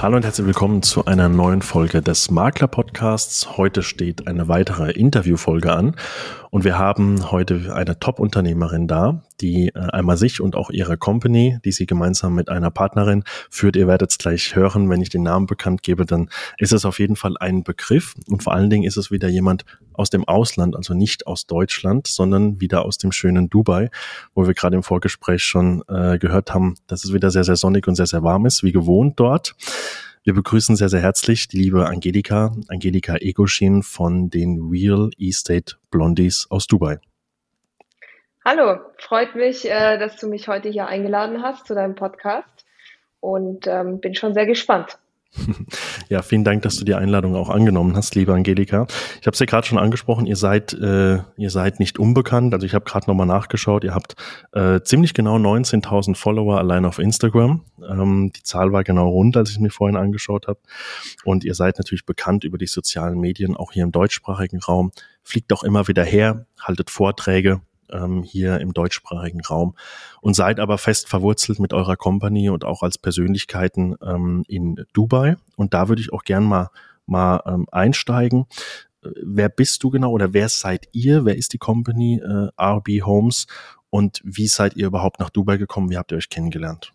Hallo und herzlich willkommen zu einer neuen Folge des Makler-Podcasts. Heute steht eine weitere Interviewfolge an und wir haben heute eine Top-Unternehmerin da, die einmal sich und auch ihre Company, die sie gemeinsam mit einer Partnerin führt. Ihr werdet es gleich hören, wenn ich den Namen bekannt gebe, dann ist es auf jeden Fall ein Begriff und vor allen Dingen ist es wieder jemand aus dem Ausland, also nicht aus Deutschland, sondern wieder aus dem schönen Dubai, wo wir gerade im Vorgespräch schon gehört haben, dass es wieder sehr, sehr sonnig und sehr, sehr warm ist, wie gewohnt dort. Wir begrüßen sehr, sehr herzlich die liebe Angelika Egoshin von den Real Estate Blondies aus Dubai. Hallo, freut mich, dass du mich heute hier eingeladen hast zu deinem Podcast und bin schon sehr gespannt. Ja, vielen Dank, dass du die Einladung auch angenommen hast, liebe Angelika. Ich habe es ja gerade schon angesprochen, ihr seid nicht unbekannt. Also ich habe gerade nochmal nachgeschaut. Ihr habt ziemlich genau 19.000 Follower allein auf Instagram. Die Zahl war genau rund, als ich es mir vorhin angeschaut habe. Und ihr seid natürlich bekannt über die sozialen Medien, auch hier im deutschsprachigen Raum. Fliegt auch immer wieder her, haltet Vorträge hier im deutschsprachigen Raum und seid aber fest verwurzelt mit eurer Company und auch als Persönlichkeiten in Dubai. Und da würde ich auch gern mal einsteigen. Wer bist du genau oder wer seid ihr? Wer ist die Company RB Homes und wie seid ihr überhaupt nach Dubai gekommen? Wie habt ihr euch kennengelernt?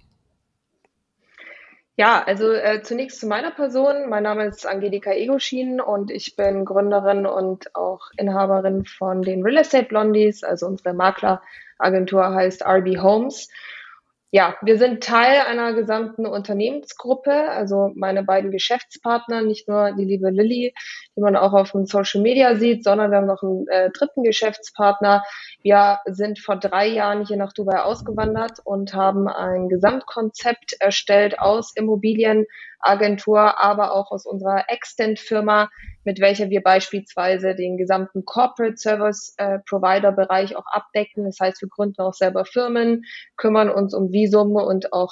Ja, also zunächst zu meiner Person. Mein Name ist Angelika Egoshin und ich bin Gründerin und auch Inhaberin von den Real Estate Blondies. Also unsere Makleragentur heißt RB Homes. Ja, wir sind Teil einer gesamten Unternehmensgruppe, also meine beiden Geschäftspartner, nicht nur die liebe Lilly, die man auch auf dem Social Media sieht, sondern wir haben noch einen dritten Geschäftspartner. Wir sind vor 3 Jahren hier nach Dubai ausgewandert und haben ein Gesamtkonzept erstellt aus Immobilienagentur, aber auch aus unserer Extend-Firma, mit welcher wir beispielsweise den gesamten Corporate Service Provider Bereich auch abdecken. Das heißt, wir gründen auch selber Firmen, kümmern uns um Visum und auch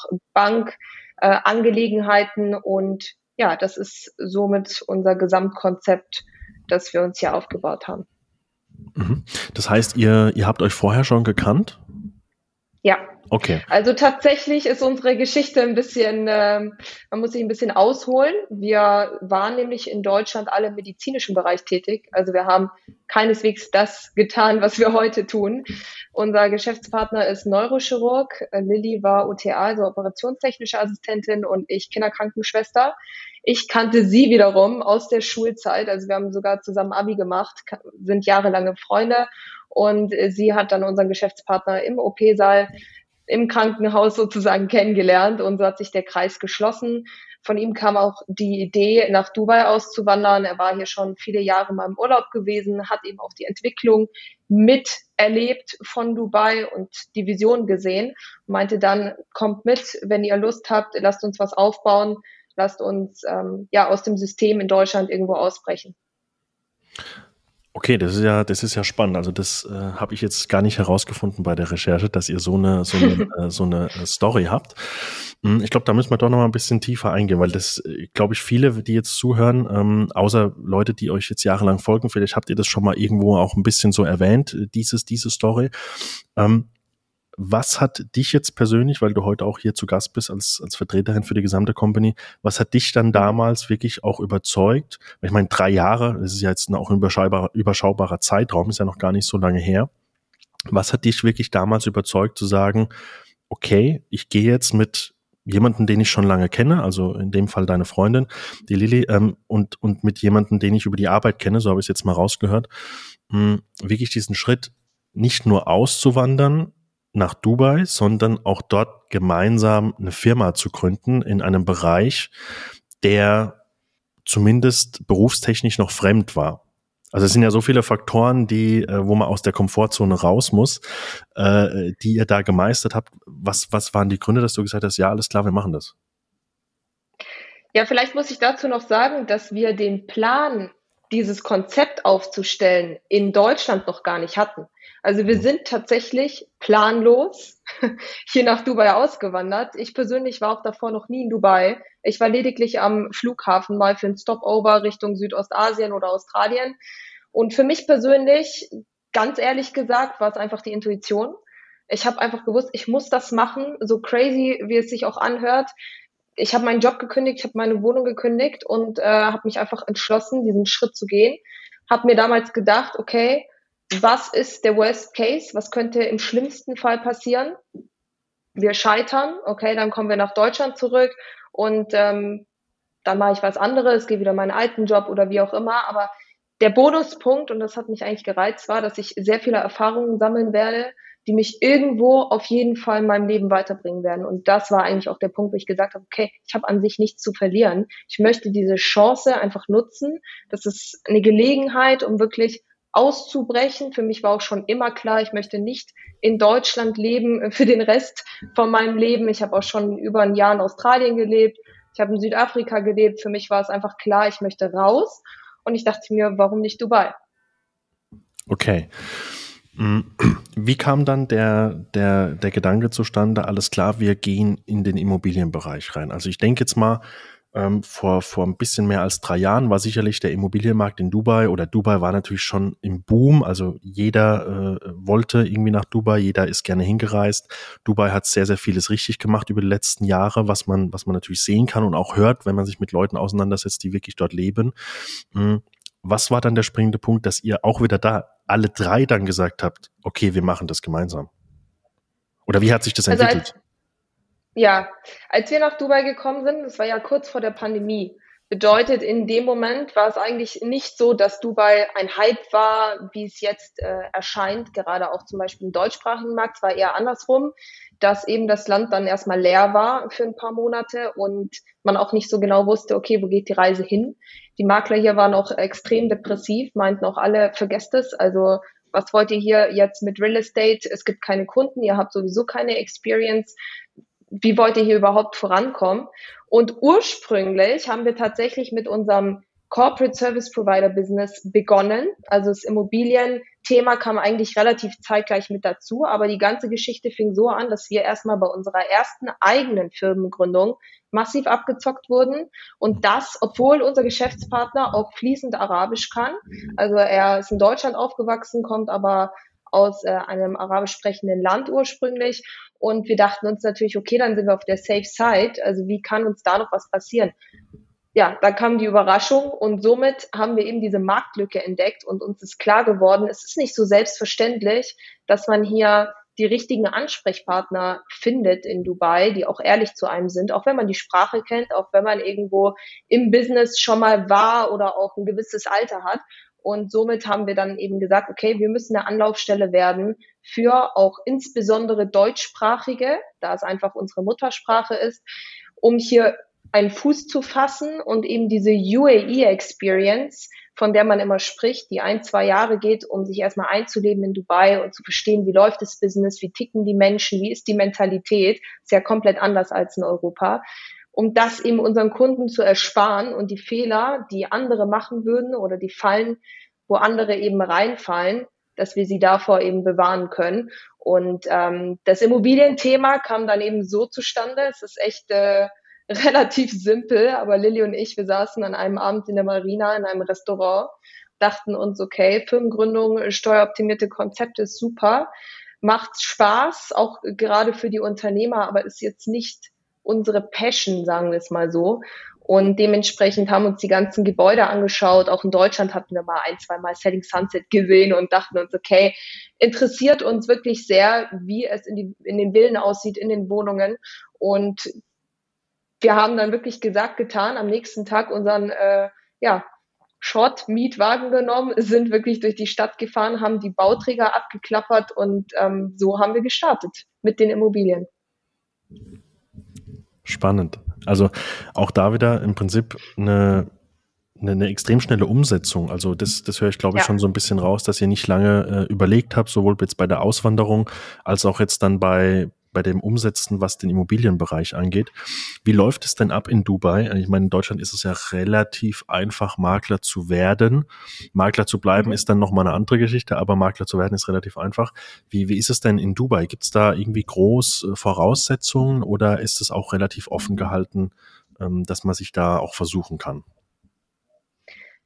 Bankangelegenheiten und ja, das ist somit unser Gesamtkonzept, das wir uns hier aufgebaut haben. Mhm. Das heißt, ihr habt euch vorher schon gekannt? Ja. Okay. Also tatsächlich ist unsere Geschichte ein bisschen, man muss sich ein bisschen ausholen. Wir waren nämlich in Deutschland alle im medizinischen Bereich tätig. Also wir haben keineswegs das getan, was wir heute tun. Unser Geschäftspartner ist Neurochirurg. Lilly war OTA, also operationstechnische Assistentin und ich Kinderkrankenschwester. Ich kannte sie wiederum aus der Schulzeit. Also wir haben sogar zusammen Abi gemacht, sind jahrelange Freunde. Und sie hat dann unseren Geschäftspartner im OP-Saal im Krankenhaus sozusagen kennengelernt und so hat sich der Kreis geschlossen. Von ihm kam auch die Idee, nach Dubai auszuwandern. Er war hier schon viele Jahre mal im Urlaub gewesen, hat eben auch die Entwicklung miterlebt von Dubai und die Vision gesehen. Meinte dann, kommt mit, wenn ihr Lust habt, lasst uns was aufbauen, lasst uns aus dem System in Deutschland irgendwo ausbrechen. Okay, das ist ja spannend. Also das habe ich jetzt gar nicht herausgefunden bei der Recherche, dass ihr so eine Story habt. Ich glaube, da müssen wir doch noch mal ein bisschen tiefer eingehen, weil das, glaube ich, viele, die jetzt zuhören, außer Leute, die euch jetzt jahrelang folgen, vielleicht habt ihr das schon mal irgendwo auch ein bisschen so erwähnt, diese Story. Was hat dich jetzt persönlich, weil du heute auch hier zu Gast bist als Vertreterin für die gesamte Company, was hat dich dann damals wirklich auch überzeugt? Ich meine, 3 Jahre, das ist ja jetzt auch ein überschaubarer Zeitraum, ist ja noch gar nicht so lange her. Was hat dich wirklich damals überzeugt zu sagen, okay, ich gehe jetzt mit jemanden, den ich schon lange kenne, also in dem Fall deine Freundin, die Lilly, und mit jemanden, den ich über die Arbeit kenne, so habe ich es jetzt mal rausgehört, wirklich diesen Schritt nicht nur auszuwandern nach Dubai, sondern auch dort gemeinsam eine Firma zu gründen in einem Bereich, der zumindest berufstechnisch noch fremd war. Also es sind ja so viele Faktoren, wo man aus der Komfortzone raus muss, die ihr da gemeistert habt. Was waren die Gründe, dass du gesagt hast, ja, alles klar, wir machen das? Ja, vielleicht muss ich dazu noch sagen, dass wir den Plan, dieses Konzept aufzustellen, in Deutschland noch gar nicht hatten. Also wir sind tatsächlich planlos hier nach Dubai ausgewandert. Ich persönlich war auch davor noch nie in Dubai. Ich war lediglich am Flughafen mal für ein Stopover Richtung Südostasien oder Australien. Und für mich persönlich, ganz ehrlich gesagt, war es einfach die Intuition. Ich habe einfach gewusst, ich muss das machen, so crazy wie es sich auch anhört. ich habe meinen Job gekündigt, ich habe meine Wohnung gekündigt und habe mich einfach entschlossen, diesen Schritt zu gehen. Habe mir damals gedacht, okay, was ist der Worst Case? Was könnte im schlimmsten Fall passieren? Wir scheitern, okay, dann kommen wir nach Deutschland zurück und dann mache ich was anderes, gehe wieder meinen alten Job oder wie auch immer. Aber der Bonuspunkt, und das hat mich eigentlich gereizt, war, dass ich sehr viele Erfahrungen sammeln werde, die mich irgendwo auf jeden Fall in meinem Leben weiterbringen werden. Und das war eigentlich auch der Punkt, wo ich gesagt habe, okay, ich habe an sich nichts zu verlieren. Ich möchte diese Chance einfach nutzen. Das ist eine Gelegenheit, um wirklich auszubrechen. Für mich war auch schon immer klar, ich möchte nicht in Deutschland leben für den Rest von meinem Leben. Ich habe auch schon über ein Jahr in Australien gelebt. Ich habe in Südafrika gelebt. Für mich war es einfach klar, ich möchte raus. Und ich dachte mir, warum nicht Dubai? Okay. Wie kam dann der Gedanke zustande, alles klar, wir gehen in den Immobilienbereich rein? Also ich denke jetzt mal, vor ein bisschen mehr als 3 Jahren war sicherlich der Immobilienmarkt in Dubai, oder Dubai war natürlich schon im Boom, also jeder wollte irgendwie nach Dubai, jeder ist gerne hingereist. Dubai hat sehr, sehr vieles richtig gemacht über die letzten Jahre, was man natürlich sehen kann und auch hört, wenn man sich mit Leuten auseinandersetzt, die wirklich dort leben. Was war dann der springende Punkt, dass ihr auch wieder da alle 3 dann gesagt habt, okay, wir machen das gemeinsam? Oder wie hat sich das entwickelt? Als wir nach Dubai gekommen sind, das war ja kurz vor der Pandemie, bedeutet, in dem Moment war es eigentlich nicht so, dass Dubai ein Hype war, wie es jetzt erscheint, gerade auch zum Beispiel im deutschsprachigen Markt. Es war eher andersrum, dass eben das Land dann erstmal leer war für ein paar Monate und man auch nicht so genau wusste, okay, wo geht die Reise hin? Die Makler hier waren auch extrem depressiv, meinten auch alle, vergesst es, also was wollt ihr hier jetzt mit Real Estate? Es gibt keine Kunden, ihr habt sowieso keine Experience. Wie wollt ihr hier überhaupt vorankommen? Und ursprünglich haben wir tatsächlich mit unserem Corporate Service Provider Business begonnen. Also das Immobilienthema kam eigentlich relativ zeitgleich mit dazu, aber die ganze Geschichte fing so an, dass wir erstmal bei unserer ersten eigenen Firmengründung massiv abgezockt wurden, und das, obwohl unser Geschäftspartner auch fließend Arabisch kann. Also er ist in Deutschland aufgewachsen, kommt aber aus einem arabisch sprechenden Land ursprünglich, und wir dachten uns natürlich, okay, dann sind wir auf der Safe Side, also wie kann uns da noch was passieren? Ja, da kam die Überraschung, und somit haben wir eben diese Marktlücke entdeckt und uns ist klar geworden, es ist nicht so selbstverständlich, dass man hier die richtigen Ansprechpartner findet in Dubai, die auch ehrlich zu einem sind, auch wenn man die Sprache kennt, auch wenn man irgendwo im Business schon mal war oder auch ein gewisses Alter hat. Und somit haben wir dann eben gesagt, okay, wir müssen eine Anlaufstelle werden für auch insbesondere Deutschsprachige, da es einfach unsere Muttersprache ist, um hier einen Fuß zu fassen und eben diese UAE-Experience, von der man immer spricht, die 1, 2 Jahre geht, um sich erstmal einzuleben in Dubai und zu verstehen, wie läuft das Business, wie ticken die Menschen, wie ist die Mentalität, ist ja komplett anders als in Europa, um das eben unseren Kunden zu ersparen und die Fehler, die andere machen würden oder die Fallen, wo andere eben reinfallen, dass wir sie davor eben bewahren können. Und das Immobilienthema kam dann eben so zustande. Es ist echt relativ simpel, aber Lilly und ich, wir saßen an einem Abend in der Marina in einem Restaurant, dachten uns, okay, Firmengründung, steueroptimierte Konzepte ist super, macht Spaß, auch gerade für die Unternehmer, aber ist jetzt nicht unsere Passion, sagen wir es mal so. Und dementsprechend haben uns die ganzen Gebäude angeschaut. Auch in Deutschland hatten wir mal 1, 2 Mal Selling Sunset gesehen und dachten uns, okay, interessiert uns wirklich sehr, wie es in den Villen aussieht, in den Wohnungen. Und wir haben dann wirklich gesagt, getan, am nächsten Tag unseren Short-Mietwagen genommen, sind wirklich durch die Stadt gefahren, haben die Bauträger abgeklappert und so haben wir gestartet mit den Immobilien. Spannend. Also auch da wieder im Prinzip eine extrem schnelle Umsetzung. Also das höre ich, glaube ich, schon so ein bisschen raus, dass ihr nicht lange überlegt habt, sowohl jetzt bei der Auswanderung als auch jetzt dann bei dem Umsetzen, was den Immobilienbereich angeht. Wie läuft es denn ab in Dubai? Ich meine, in Deutschland ist es ja relativ einfach, Makler zu werden. Makler zu bleiben ist dann nochmal eine andere Geschichte, aber Makler zu werden ist relativ einfach. Wie ist es denn in Dubai? Gibt es da irgendwie groß Voraussetzungen oder ist es auch relativ offen gehalten, dass man sich da auch versuchen kann?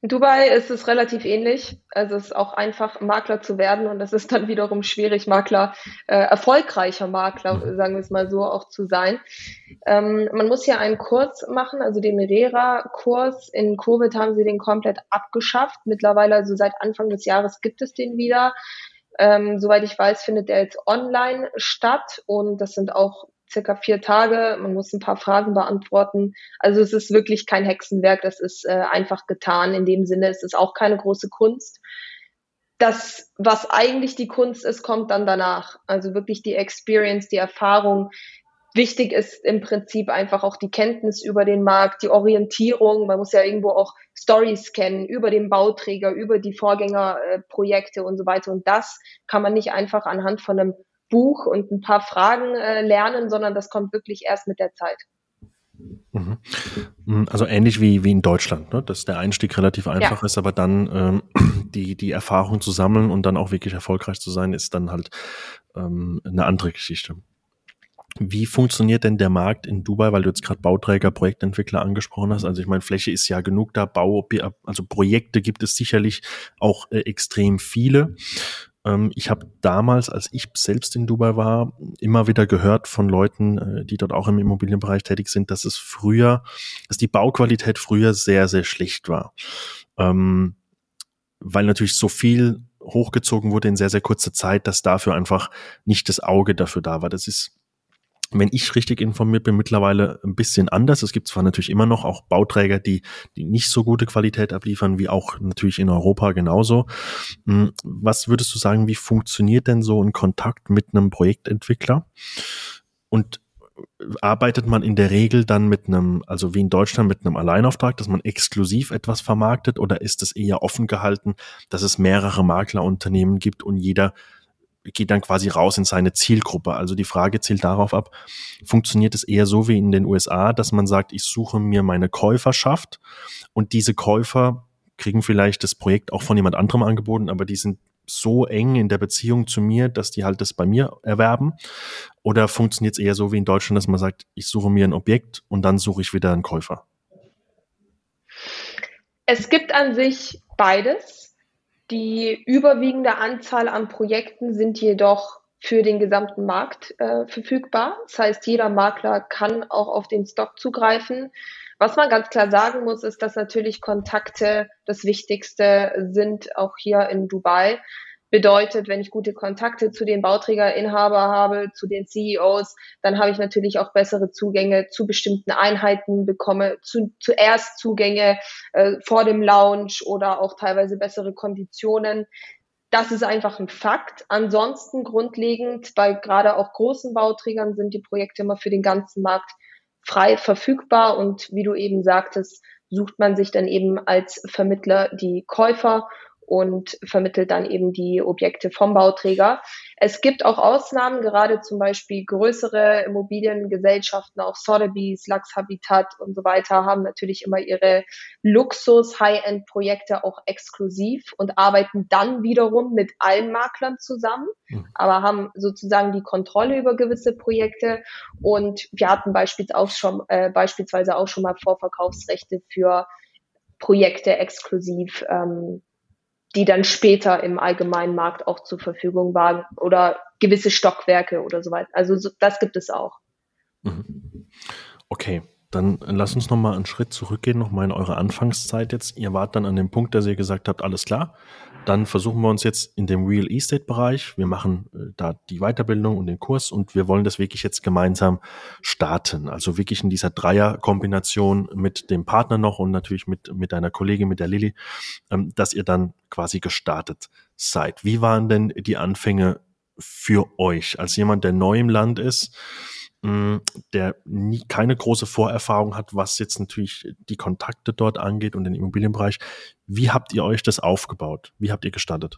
In Dubai ist es relativ ähnlich. Also es ist auch einfach, Makler zu werden und es ist dann wiederum schwierig, erfolgreicher Makler, Mhm. sagen wir es mal so, auch zu sein. Man muss ja einen Kurs machen, also den MERERA-Kurs. In Covid haben sie den komplett abgeschafft. Mittlerweile, also seit Anfang des Jahres gibt es den wieder. Soweit ich weiß, findet der jetzt online statt und das sind auch circa 4 Tage. Man muss ein paar Fragen beantworten. Also es ist wirklich kein Hexenwerk, das ist einfach getan. In dem Sinne, es ist auch keine große Kunst. Das, was eigentlich die Kunst ist, kommt dann danach. Also wirklich die Experience, die Erfahrung. Wichtig ist im Prinzip einfach auch die Kenntnis über den Markt, die Orientierung. Man muss ja irgendwo auch Stories kennen über den Bauträger, über die Vorgängerprojekte und so weiter. Und das kann man nicht einfach anhand von einem Buch und ein paar Fragen lernen, sondern das kommt wirklich erst mit der Zeit. Mhm. Also ähnlich wie in Deutschland, ne? Dass der Einstieg relativ Ja. einfach ist, aber dann die Erfahrung zu sammeln und dann auch wirklich erfolgreich zu sein, ist dann halt eine andere Geschichte. Wie funktioniert denn der Markt in Dubai, weil du jetzt gerade Bauträger, Projektentwickler angesprochen hast? Also ich meine, Fläche ist ja genug da, also Projekte gibt es sicherlich auch extrem viele. Ich habe damals, als ich selbst in Dubai war, immer wieder gehört von Leuten, die dort auch im Immobilienbereich tätig sind, dass die Bauqualität früher sehr, sehr schlecht war. Weil natürlich so viel hochgezogen wurde in sehr, sehr kurzer Zeit, dass dafür einfach nicht das Auge dafür da war. Das ist, wenn ich richtig informiert bin, mittlerweile ein bisschen anders. Es gibt zwar natürlich immer noch auch Bauträger, die nicht so gute Qualität abliefern, wie auch natürlich in Europa genauso. Was würdest du sagen, wie funktioniert denn so ein Kontakt mit einem Projektentwickler? Und arbeitet man in der Regel dann mit einem, also wie in Deutschland, mit einem Alleinauftrag, dass man exklusiv etwas vermarktet, oder ist es eher offen gehalten, dass es mehrere Maklerunternehmen gibt und jeder geht dann quasi raus in seine Zielgruppe? Also die Frage zielt darauf ab, funktioniert es eher so wie in den USA, dass man sagt, ich suche mir meine Käuferschaft und diese Käufer kriegen vielleicht das Projekt auch von jemand anderem angeboten, aber die sind so eng in der Beziehung zu mir, dass die halt das bei mir erwerben? Oder funktioniert es eher so wie in Deutschland, dass man sagt, ich suche mir ein Objekt und dann suche ich wieder einen Käufer? Es gibt an sich beides. Die überwiegende Anzahl an Projekten sind jedoch für den gesamten Markt verfügbar. Das heißt, jeder Makler kann auch auf den Stock zugreifen. Was man ganz klar sagen muss, ist, dass natürlich Kontakte das Wichtigste sind, auch hier in Dubai. Bedeutet, wenn ich gute Kontakte zu den Bauträgerinhaber habe, zu den CEOs, dann habe ich natürlich auch bessere Zugänge zu bestimmten Einheiten, bekomme zuerst Zugänge vor dem Launch oder auch teilweise bessere Konditionen. Das ist einfach ein Fakt. Ansonsten grundlegend, bei gerade auch großen Bauträgern sind die Projekte immer für den ganzen Markt frei verfügbar und wie du eben sagtest, sucht man sich dann eben als Vermittler die Käufer und vermittelt dann eben die Objekte vom Bauträger. Es gibt auch Ausnahmen, gerade zum Beispiel größere Immobiliengesellschaften, auch Sotheby's, Lux Habitat und so weiter, haben natürlich immer ihre Luxus-High-End-Projekte auch exklusiv und arbeiten dann wiederum mit allen Maklern zusammen, Mhm. aber haben sozusagen die Kontrolle über gewisse Projekte. Und wir hatten beispielsweise auch schon mal Vorverkaufsrechte für Projekte exklusiv, die dann später im allgemeinen Markt auch zur Verfügung waren oder gewisse Stockwerke oder so weiter. Also das gibt es auch. Mhm. Okay, dann lass uns noch mal einen Schritt zurückgehen, noch mal in eure Anfangszeit jetzt. Ihr wart dann an dem Punkt, dass ihr gesagt habt, alles klar, dann versuchen wir uns jetzt in dem Real Estate Bereich. Wir machen da die Weiterbildung und den Kurs und wir wollen das wirklich jetzt gemeinsam starten. Also wirklich in dieser Dreier-Kombination mit dem Partner noch und natürlich mit deiner Kollegin, mit der Lilly, dass ihr dann quasi gestartet seid. Wie waren denn die Anfänge für euch als jemand, der neu im Land ist, der keine große Vorerfahrung hat, was jetzt natürlich die Kontakte dort angeht und den Immobilienbereich? Wie habt ihr euch das aufgebaut? Wie habt ihr gestartet?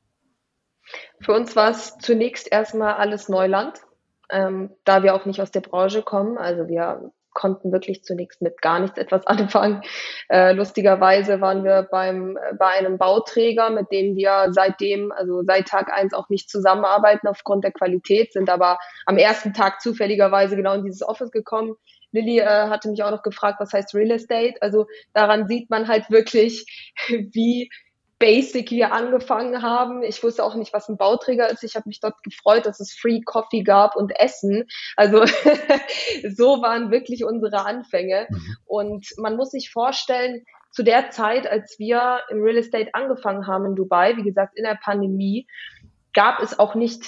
Für uns war es zunächst erstmal alles Neuland, da wir auch nicht aus der Branche kommen. Also wir konnten wirklich zunächst mit gar nichts etwas anfangen. Lustigerweise waren wir bei einem Bauträger, mit dem wir seitdem, also seit Tag eins auch nicht zusammenarbeiten aufgrund der Qualität, sind aber am ersten Tag zufälligerweise genau in dieses Office gekommen. Lilly hatte mich auch noch gefragt, was heißt Real Estate? Also daran sieht man halt wirklich, wie basic wir angefangen haben. Ich wusste auch nicht, was ein Bauträger ist. Ich habe mich dort gefreut, dass es Free Coffee gab und Essen. Also so waren wirklich unsere Anfänge. Mhm. Und man muss sich vorstellen, zu der Zeit, als wir im Real Estate angefangen haben in Dubai, wie gesagt, in der Pandemie, gab es auch nicht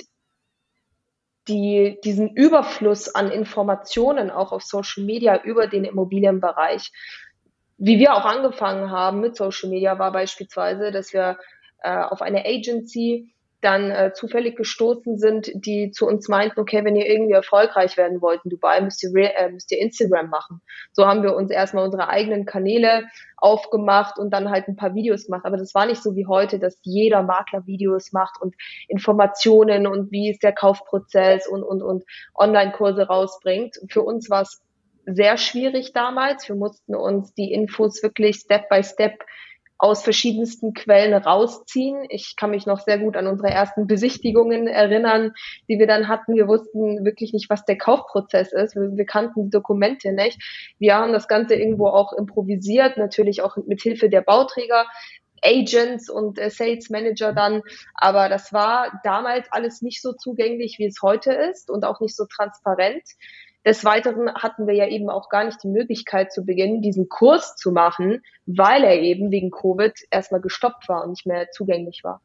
diesen Überfluss an Informationen auch auf Social Media über den Immobilienbereich. Wie wir auch angefangen haben mit Social Media war beispielsweise, dass wir auf eine Agency dann zufällig gestoßen sind, die zu uns meinten, okay, wenn ihr irgendwie erfolgreich werden wollt in Dubai, müsst ihr Instagram machen. So haben wir uns erstmal unsere eigenen Kanäle aufgemacht und dann halt ein paar Videos gemacht. Aber das war nicht so wie heute, dass jeder Makler Videos macht und Informationen und wie ist der Kaufprozess und Online-Kurse rausbringt. Für uns war es sehr schwierig damals. Wir mussten uns die Infos wirklich Step by Step aus verschiedensten Quellen rausziehen. Ich kann mich noch sehr gut an unsere ersten Besichtigungen erinnern, die wir dann hatten. Wir wussten wirklich nicht, was der Kaufprozess ist. Wir kannten die Dokumente nicht. Wir haben das Ganze irgendwo auch improvisiert, natürlich auch mit Hilfe der Bauträger, Agents und Sales Manager dann. Aber das war damals alles nicht so zugänglich, wie es heute ist und auch nicht so transparent. Des Weiteren hatten wir ja eben auch gar nicht die Möglichkeit zu Beginn, diesen Kurs zu machen, weil er eben wegen Covid erstmal gestoppt war und nicht mehr zugänglich war.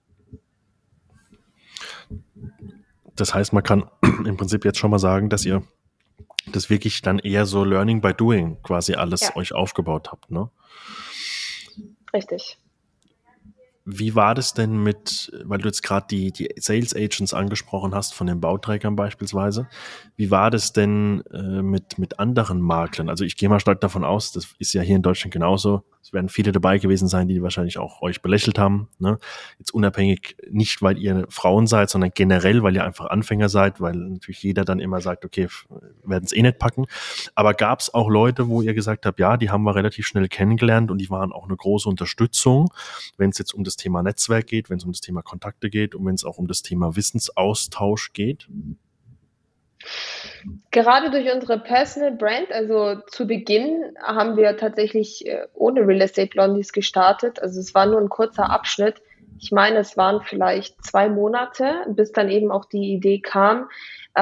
Das heißt, man kann im Prinzip jetzt schon mal sagen, dass ihr das wirklich dann eher so Learning by Doing quasi alles euch aufgebaut habt, ne? Richtig. Wie war das denn mit, weil du jetzt gerade die Sales Agents angesprochen hast, von den Bauträgern beispielsweise, wie war das denn mit anderen Maklern? Also ich gehe mal stark davon aus, das ist ja hier in Deutschland genauso, es werden viele dabei gewesen sein, die wahrscheinlich auch euch belächelt haben, ne? Jetzt unabhängig, nicht weil ihr Frauen seid, sondern generell, weil ihr einfach Anfänger seid, weil natürlich jeder dann immer sagt, okay, werden es eh nicht packen. Aber gab es auch Leute, wo ihr gesagt habt, ja, die haben wir relativ schnell kennengelernt und die waren auch eine große Unterstützung, wenn es jetzt um das Thema Netzwerk geht, wenn es um das Thema Kontakte geht und wenn es auch um das Thema Wissensaustausch geht? Gerade durch unsere Personal Brand, also zu Beginn haben wir tatsächlich ohne Real Estate Blondies gestartet. Also es war nur ein kurzer Abschnitt. Ich meine, es waren vielleicht 2 Monate, bis dann eben auch die Idee kam.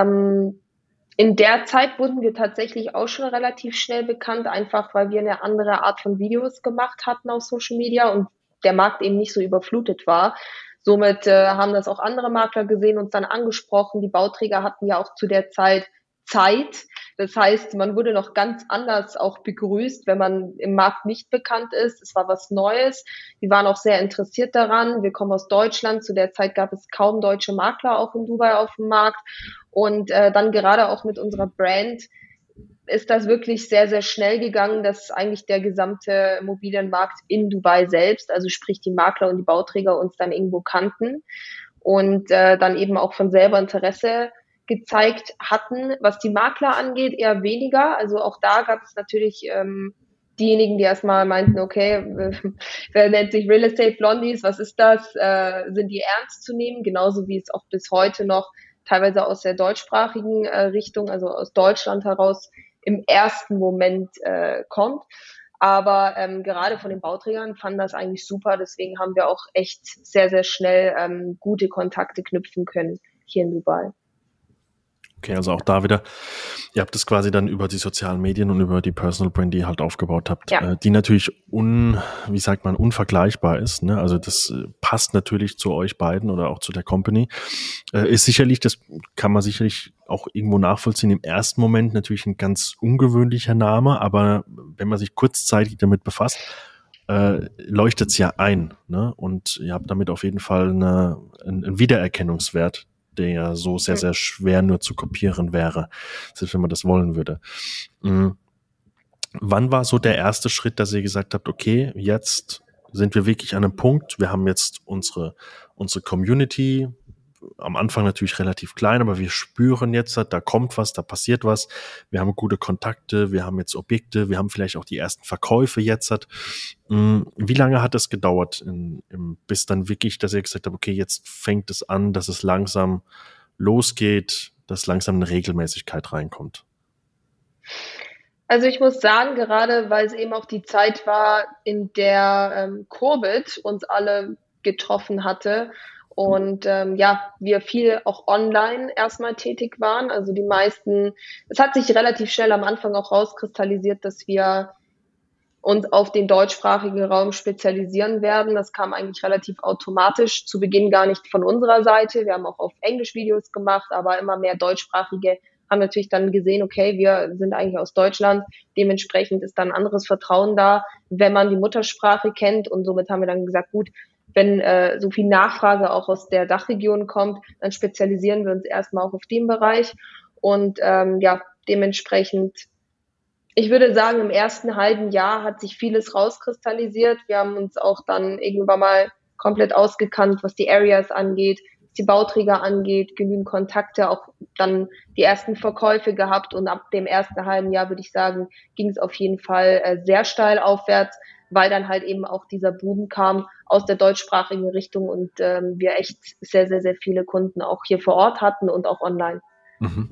In der Zeit wurden wir tatsächlich auch schon relativ schnell bekannt, einfach weil wir eine andere Art von Videos gemacht hatten auf Social Media und der Markt eben nicht so überflutet war. Somit haben das auch andere Makler gesehen, uns dann angesprochen. Die Bauträger hatten ja auch zu der Zeit. Das heißt, man wurde noch ganz anders auch begrüßt, wenn man im Markt nicht bekannt ist. Es war was Neues. Die waren auch sehr interessiert daran. Wir kommen aus Deutschland. Zu der Zeit gab es kaum deutsche Makler auch in Dubai auf dem Markt. Und dann gerade auch mit unserer Brand ist das wirklich sehr, sehr schnell gegangen, dass eigentlich der gesamte Immobilienmarkt in Dubai selbst, also sprich die Makler und die Bauträger uns dann irgendwo kannten und dann eben auch von selber Interesse gezeigt hatten. Was die Makler angeht, eher weniger. Also auch da gab es natürlich diejenigen, die erstmal meinten, okay, wer nennt sich Real Estate Blondies, was ist das? Sind die ernst zu nehmen? Genauso wie es auch bis heute noch teilweise aus der deutschsprachigen Richtung, also aus Deutschland heraus, im ersten Moment kommt. Aber gerade von den Bauträgern fanden das eigentlich super. Deswegen haben wir auch echt sehr, sehr schnell gute Kontakte knüpfen können hier in Dubai. Okay, also auch da wieder, ihr habt es quasi dann über die sozialen Medien und über die Personal Brand, die ihr halt aufgebaut habt, die natürlich unvergleichbar ist, ne? Also das passt natürlich zu euch beiden oder auch zu der Company. Ist sicherlich, das kann man sicherlich auch irgendwo nachvollziehen, im ersten Moment natürlich ein ganz ungewöhnlicher Name, aber wenn man sich kurzzeitig damit befasst, leuchtet es ja ein, ne? Und ihr habt damit auf jeden Fall einen Wiedererkennungswert, der ja so sehr, sehr schwer nur zu kopieren wäre, selbst wenn man das wollen würde. Wann war so der erste Schritt, dass ihr gesagt habt, okay, jetzt sind wir wirklich an einem Punkt, wir haben jetzt unsere Community, am Anfang natürlich relativ klein, aber wir spüren jetzt, da kommt was, da passiert was, wir haben gute Kontakte, wir haben jetzt Objekte, wir haben vielleicht auch die ersten Verkäufe jetzt. Wie lange hat es gedauert, bis dann wirklich, dass ihr gesagt habt, okay, jetzt fängt es an, dass es langsam losgeht, dass langsam eine Regelmäßigkeit reinkommt? Also ich muss sagen, gerade weil es eben auch die Zeit war, in der Covid uns alle getroffen hatte und ja, wir viel auch online erstmal tätig waren. Also die meisten, es hat sich relativ schnell am Anfang auch rauskristallisiert, dass wir uns auf den deutschsprachigen Raum spezialisieren werden. Das kam eigentlich relativ automatisch, zu Beginn gar nicht von unserer Seite. Wir haben auch auf Englisch Videos gemacht, aber immer mehr deutschsprachige haben natürlich dann gesehen, okay, wir sind eigentlich aus Deutschland, dementsprechend ist dann anderes Vertrauen da, wenn man die Muttersprache kennt, und somit haben wir dann gesagt, gut, wenn so viel Nachfrage auch aus der Dachregion kommt, dann spezialisieren wir uns erstmal auch auf den Bereich und ja, dementsprechend, ich würde sagen, im ersten halben Jahr hat sich vieles rauskristallisiert. Wir haben uns auch dann irgendwann mal komplett ausgekannt, was die Areas angeht, was die Bauträger angeht, genügend Kontakte, auch dann die ersten Verkäufe gehabt. Und ab dem ersten halben Jahr, würde ich sagen, ging es auf jeden Fall sehr steil aufwärts, weil dann halt eben auch dieser Boom kam aus der deutschsprachigen Richtung und wir echt sehr, sehr, sehr viele Kunden auch hier vor Ort hatten und auch online. Mhm.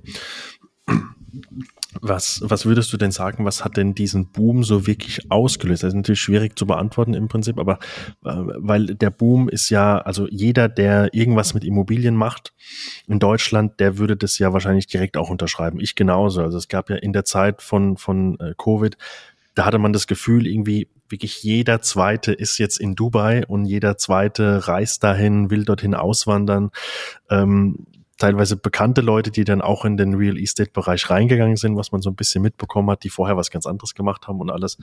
Was würdest du denn sagen, was hat denn diesen Boom so wirklich ausgelöst? Das ist natürlich schwierig zu beantworten im Prinzip, aber weil der Boom ist ja, also jeder, der irgendwas mit Immobilien macht in Deutschland, der würde das ja wahrscheinlich direkt auch unterschreiben. Ich genauso. Also es gab ja in der Zeit von Covid, da hatte man das Gefühl, irgendwie wirklich jeder Zweite ist jetzt in Dubai und jeder Zweite reist dahin, will dorthin auswandern. Teilweise bekannte Leute, die dann auch in den Real Estate Bereich reingegangen sind, was man so ein bisschen mitbekommen hat, die vorher was ganz anderes gemacht haben und alles.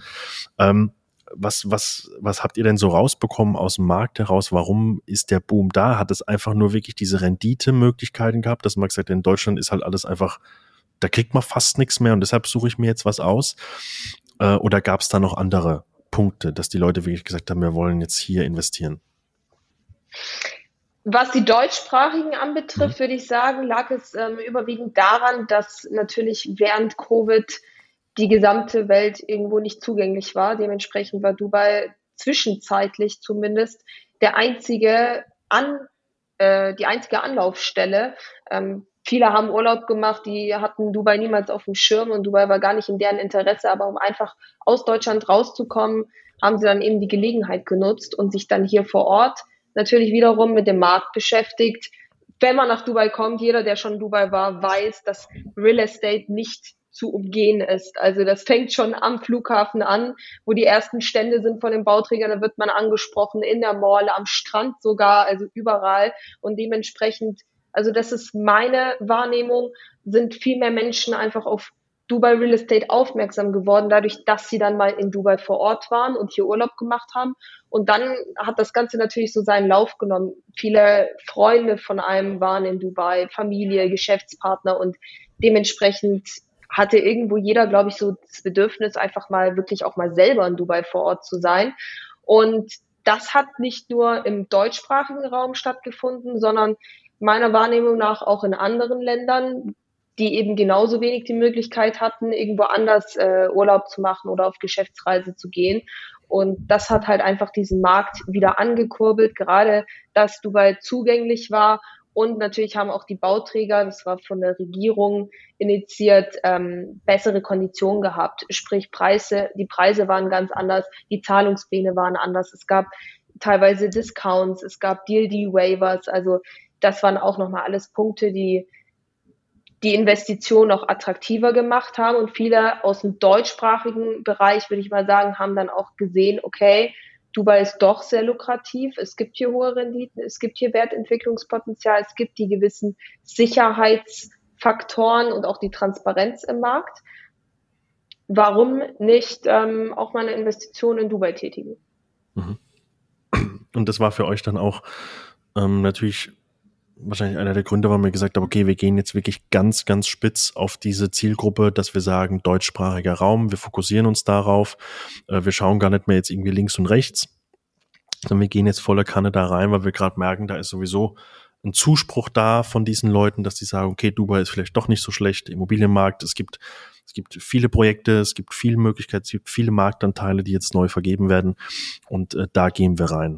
Was habt ihr denn so rausbekommen aus dem Markt heraus? Warum ist der Boom da? Hat es einfach nur wirklich diese Renditemöglichkeiten gehabt, dass man gesagt hat, in Deutschland ist halt alles einfach, da kriegt man fast nichts mehr und deshalb suche ich mir jetzt was aus? Oder gab es da noch andere Punkte, dass die Leute wirklich gesagt haben, wir wollen jetzt hier investieren? Was die Deutschsprachigen anbetrifft, würde ich sagen, lag es überwiegend daran, dass natürlich während Covid die gesamte Welt irgendwo nicht zugänglich war. Dementsprechend war Dubai zwischenzeitlich zumindest der einzige die einzige Anlaufstelle. Viele haben Urlaub gemacht, die hatten Dubai niemals auf dem Schirm und Dubai war gar nicht in deren Interesse, aber um einfach aus Deutschland rauszukommen, haben sie dann eben die Gelegenheit genutzt und sich dann hier vor Ort natürlich wiederum mit dem Markt beschäftigt. Wenn man nach Dubai kommt, jeder, der schon in Dubai war, weiß, dass Real Estate nicht zu umgehen ist. Also das fängt schon am Flughafen an, wo die ersten Stände sind von den Bauträgern, da wird man angesprochen, in der Mall, am Strand sogar, also überall. Und dementsprechend, also das ist meine Wahrnehmung, sind viel mehr Menschen einfach auf Dubai Real Estate aufmerksam geworden, dadurch, dass sie dann mal in Dubai vor Ort waren und hier Urlaub gemacht haben. Und dann hat das Ganze natürlich so seinen Lauf genommen. Viele Freunde von einem waren in Dubai, Familie, Geschäftspartner, und dementsprechend hatte irgendwo jeder, glaube ich, so das Bedürfnis, einfach mal wirklich auch mal selber in Dubai vor Ort zu sein. Und das hat nicht nur im deutschsprachigen Raum stattgefunden, sondern meiner Wahrnehmung nach auch in anderen Ländern, die eben genauso wenig die Möglichkeit hatten, irgendwo anders Urlaub zu machen oder auf Geschäftsreise zu gehen. Und das hat halt einfach diesen Markt wieder angekurbelt, gerade dass Dubai zugänglich war. Und natürlich haben auch die Bauträger, das war von der Regierung initiiert, bessere Konditionen gehabt. Sprich die Preise waren ganz anders, die Zahlungspläne waren anders. Es gab teilweise Discounts, es gab Deal-Waivers. Also das waren auch nochmal alles Punkte, die die Investition auch attraktiver gemacht haben. Und viele aus dem deutschsprachigen Bereich, würde ich mal sagen, haben dann auch gesehen, okay, Dubai ist doch sehr lukrativ, es gibt hier hohe Renditen, es gibt hier Wertentwicklungspotenzial, es gibt die gewissen Sicherheitsfaktoren und auch die Transparenz im Markt. Warum nicht auch mal eine Investition in Dubai tätigen? Und das war für euch dann auch natürlich wahrscheinlich einer der Gründe, warum wir gesagt haben, okay, wir gehen jetzt wirklich ganz, ganz spitz auf diese Zielgruppe, dass wir sagen, deutschsprachiger Raum, wir fokussieren uns darauf, wir schauen gar nicht mehr jetzt irgendwie links und rechts, sondern wir gehen jetzt voller Kanne da rein, weil wir gerade merken, da ist sowieso ein Zuspruch da von diesen Leuten, dass die sagen, okay, Dubai ist vielleicht doch nicht so schlecht, Immobilienmarkt, es gibt viele Projekte, es gibt viele Möglichkeiten, es gibt viele Marktanteile, die jetzt neu vergeben werden, und da gehen wir rein.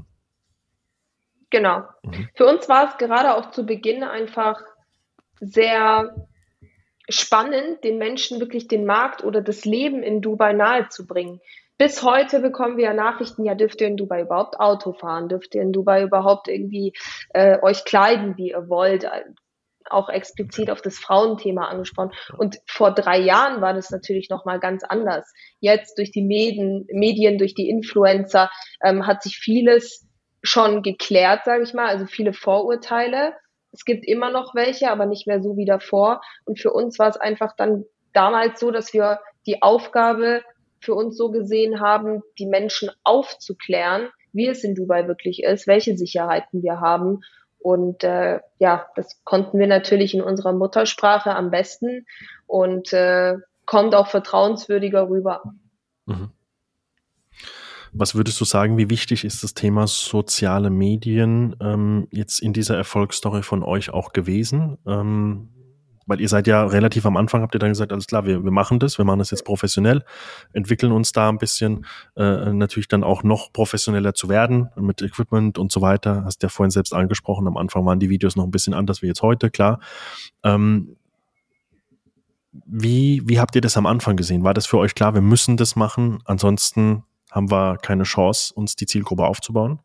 Genau. Für uns war es gerade auch zu Beginn einfach sehr spannend, den Menschen wirklich den Markt oder das Leben in Dubai nahezubringen. Bis heute bekommen wir ja Nachrichten, ja, dürft ihr in Dubai überhaupt Auto fahren? Dürft ihr in Dubai überhaupt irgendwie euch kleiden, wie ihr wollt? Auch explizit auf das Frauenthema angesprochen. Und vor 3 Jahren war das natürlich nochmal ganz anders. Jetzt durch die Medien, durch die Influencer hat sich vieles schon geklärt, sage ich mal, also viele Vorurteile. Es gibt immer noch welche, aber nicht mehr so wie davor. Und für uns war es einfach dann damals so, dass wir die Aufgabe für uns so gesehen haben, die Menschen aufzuklären, wie es in Dubai wirklich ist, welche Sicherheiten wir haben. Und ja, das konnten wir natürlich in unserer Muttersprache am besten und kommt auch vertrauenswürdiger rüber. Mhm. Was würdest du sagen, wie wichtig ist das Thema soziale Medien jetzt in dieser Erfolgsstory von euch auch gewesen? Weil ihr seid ja relativ am Anfang, habt ihr dann gesagt, alles klar, wir machen das jetzt professionell, entwickeln uns da ein bisschen, natürlich dann auch noch professioneller zu werden mit Equipment und so weiter. Hast ja vorhin selbst angesprochen, am Anfang waren die Videos noch ein bisschen anders wie jetzt heute, klar. Wie habt ihr das am Anfang gesehen? War das für euch klar, wir müssen das machen, ansonsten haben wir keine Chance, uns die Zielgruppe aufzubauen?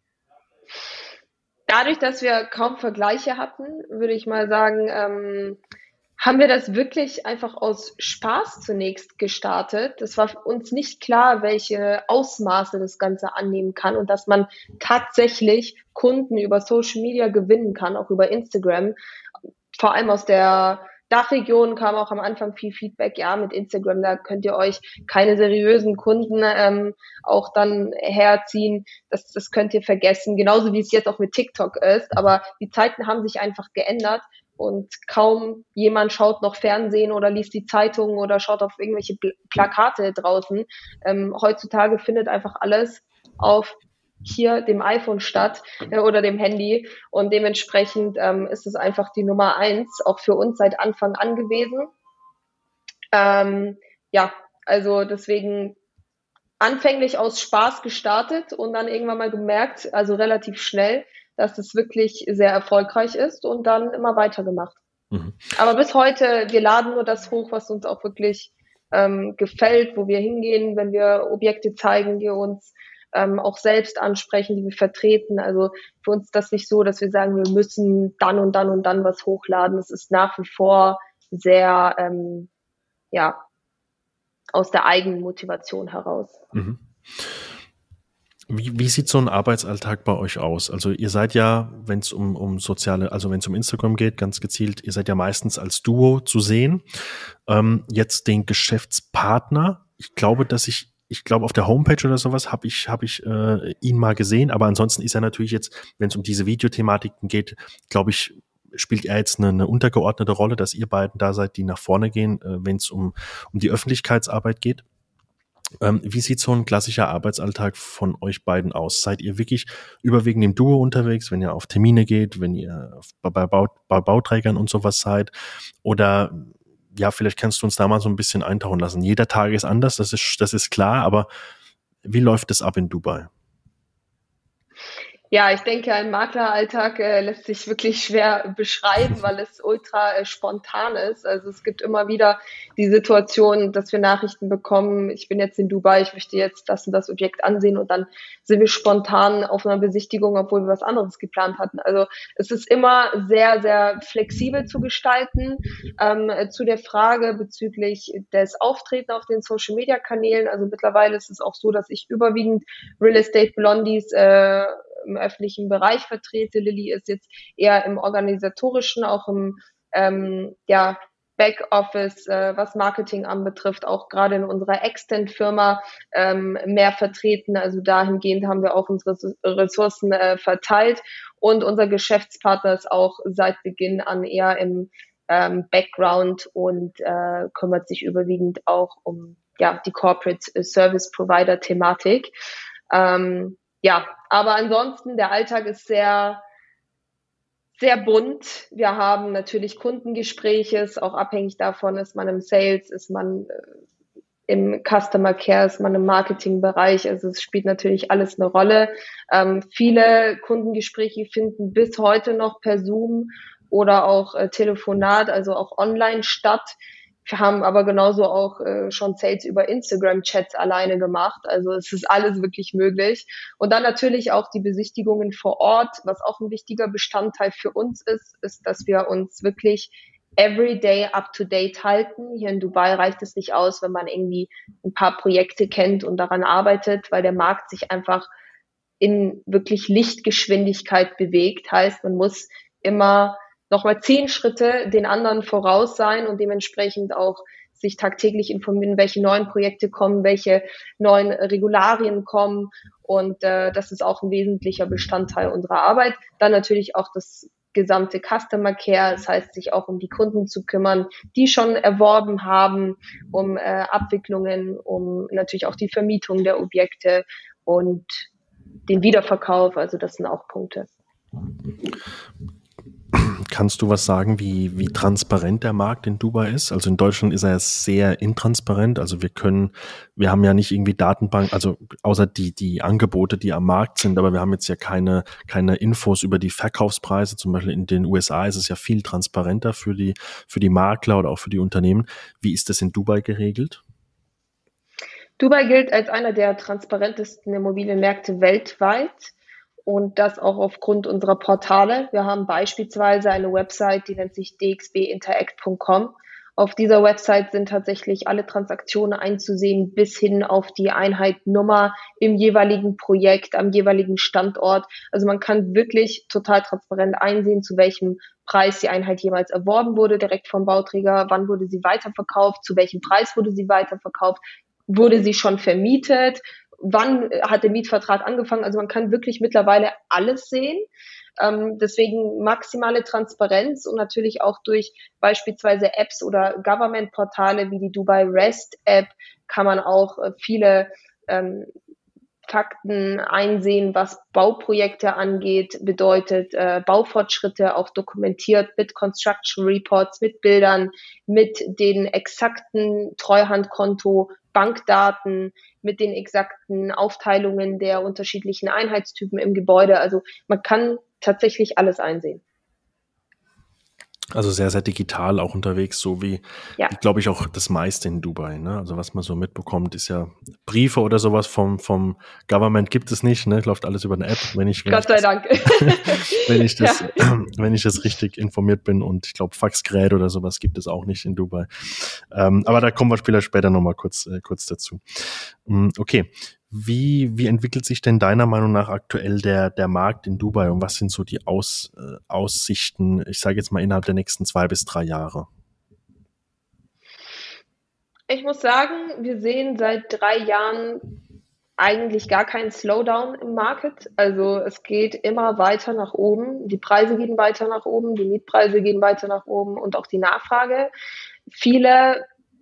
Dadurch, dass wir kaum Vergleiche hatten, würde ich mal sagen, haben wir das wirklich einfach aus Spaß zunächst gestartet. Es war für uns nicht klar, welche Ausmaße das Ganze annehmen kann und dass man tatsächlich Kunden über Social Media gewinnen kann, auch über Instagram. Vor allem aus der Dachregion kam auch am Anfang viel Feedback, ja, mit Instagram, da könnt ihr euch keine seriösen Kunden auch dann herziehen. Das könnt ihr vergessen, genauso wie es jetzt auch mit TikTok ist. Aber die Zeiten haben sich einfach geändert und kaum jemand schaut noch Fernsehen oder liest die Zeitung oder schaut auf irgendwelche Plakate draußen. Heutzutage findet einfach alles auf hier dem iPhone statt oder dem Handy und dementsprechend ist es einfach die Nummer 1, auch für uns seit Anfang an gewesen. Ja, also deswegen anfänglich aus Spaß gestartet und dann irgendwann mal gemerkt, also relativ schnell, dass es wirklich sehr erfolgreich ist und dann immer weitergemacht. Mhm. Aber bis heute, wir laden nur das hoch, was uns auch wirklich gefällt, wo wir hingehen, wenn wir Objekte zeigen, die uns auch selbst ansprechen, die wir vertreten. Also für uns ist das nicht so, dass wir sagen, wir müssen dann und dann und dann was hochladen. Es ist nach wie vor sehr, ja, aus der eigenen Motivation heraus. Mhm. Wie sieht so ein Arbeitsalltag bei euch aus? Also ihr seid ja, wenn es um soziale, also wenn es um Instagram geht, ganz gezielt, ihr seid ja meistens als Duo zu sehen. Jetzt den Geschäftspartner. Ich glaube, auf der Homepage oder sowas habe ich ihn mal gesehen, aber ansonsten ist er natürlich jetzt, wenn es um diese Videothematiken geht, glaube ich, spielt er jetzt eine untergeordnete Rolle, dass ihr beiden da seid, die nach vorne gehen, wenn es um die Öffentlichkeitsarbeit geht. Wie sieht so ein klassischer Arbeitsalltag von euch beiden aus? Seid ihr wirklich überwiegend im Duo unterwegs, wenn ihr auf Termine geht, wenn ihr bei Bauträgern und sowas seid? Oder ja, vielleicht kannst du uns da mal so ein bisschen eintauchen lassen. Jeder Tag ist anders, das ist klar, aber wie läuft es ab in Dubai? Ja, ich denke, ein Makleralltag lässt sich wirklich schwer beschreiben, weil es ultra spontan ist. Also es gibt immer wieder die Situation, dass wir Nachrichten bekommen, ich bin jetzt in Dubai, ich möchte jetzt das und das Objekt ansehen und dann sind wir spontan auf einer Besichtigung, obwohl wir was anderes geplant hatten. Also es ist immer sehr, sehr flexibel zu gestalten. Zu der Frage bezüglich des Auftreten auf den Social-Media-Kanälen, also mittlerweile ist es auch so, dass ich überwiegend Real Estate Blondies im öffentlichen Bereich vertrete. Lilly ist jetzt eher im organisatorischen, auch im ja, Backoffice, was Marketing anbetrifft, auch gerade in unserer Extend-Firma mehr vertreten. Also dahingehend haben wir auch unsere Ressourcen verteilt und unser Geschäftspartner ist auch seit Beginn an eher im Background und kümmert sich überwiegend auch um ja, die Corporate Service Provider Thematik. Ja, aber ansonsten, der Alltag ist sehr, sehr bunt. Wir haben natürlich Kundengespräche, auch abhängig davon, ist man im Sales, ist man im Customer Care, ist man im Marketingbereich. Also es spielt natürlich alles eine Rolle. Viele Kundengespräche finden bis heute noch per Zoom oder auch Telefonat, also auch online statt. Wir haben aber genauso auch schon Sales über Instagram-Chats alleine gemacht. Also es ist alles wirklich möglich. Und dann natürlich auch die Besichtigungen vor Ort. Was auch ein wichtiger Bestandteil für uns ist, dass wir uns wirklich everyday up to date halten. Hier in Dubai reicht es nicht aus, wenn man irgendwie ein paar Projekte kennt und daran arbeitet, weil der Markt sich einfach in wirklich Lichtgeschwindigkeit bewegt. Heißt, man muss immer nochmal 10 Schritte den anderen voraus sein und dementsprechend auch sich tagtäglich informieren, welche neuen Projekte kommen, welche neuen Regularien kommen. Und das ist auch ein wesentlicher Bestandteil unserer Arbeit. Dann natürlich auch das gesamte Customer Care, das heißt, sich auch um die Kunden zu kümmern, die schon erworben haben, um Abwicklungen, um natürlich auch die Vermietung der Objekte und den Wiederverkauf. Also das sind auch Punkte. Kannst du was sagen, wie transparent der Markt in Dubai ist? Also in Deutschland ist er sehr intransparent. Also wir haben ja nicht irgendwie Datenbank, also außer die Angebote, die am Markt sind, aber wir haben jetzt ja keine Infos über die Verkaufspreise. Zum Beispiel in den USA ist es ja viel transparenter für die Makler oder auch für die Unternehmen. Wie ist das in Dubai geregelt? Dubai gilt als einer der transparentesten Immobilienmärkte weltweit. Und das auch aufgrund unserer Portale. Wir haben beispielsweise eine Website, die nennt sich dxbinteract.com. Auf dieser Website sind tatsächlich alle Transaktionen einzusehen, bis hin auf die Einheitnummer im jeweiligen Projekt, am jeweiligen Standort. Also man kann wirklich total transparent einsehen, zu welchem Preis die Einheit jemals erworben wurde, direkt vom Bauträger, wann wurde sie weiterverkauft, zu welchem Preis wurde sie weiterverkauft, wurde sie schon vermietet, wann hat der Mietvertrag angefangen. Also man kann wirklich mittlerweile alles sehen. Deswegen maximale Transparenz und natürlich auch durch beispielsweise Apps oder Government-Portale wie die Dubai Rest App kann man auch viele Fakten einsehen, was Bauprojekte angeht, bedeutet Baufortschritte auch dokumentiert mit Construction Reports, mit Bildern, mit den exakten Treuhandkonto, Bankdaten, mit den exakten Aufteilungen der unterschiedlichen Einheitstypen im Gebäude. Also man kann tatsächlich alles einsehen. Also sehr, sehr digital auch unterwegs, so wie, glaube ich, auch das meiste in Dubai. Ne? Also was man so mitbekommt, ist ja Briefe oder sowas vom Government gibt es nicht. Ne? Läuft alles über eine App. Gott sei Dank. Wenn ich das richtig informiert bin. Und ich glaube, Faxgeräte oder sowas gibt es auch nicht in Dubai. Aber da kommen wir später nochmal kurz dazu. Okay. Wie entwickelt sich denn deiner Meinung nach aktuell der Markt in Dubai und was sind so die Aussichten, ich sage jetzt mal innerhalb der nächsten 2 bis 3 Jahre? Ich muss sagen, wir sehen seit 3 Jahren eigentlich gar keinen Slowdown im Market. Also es geht immer weiter nach oben. Die Preise gehen weiter nach oben, die Mietpreise gehen weiter nach oben und auch die Nachfrage. Viele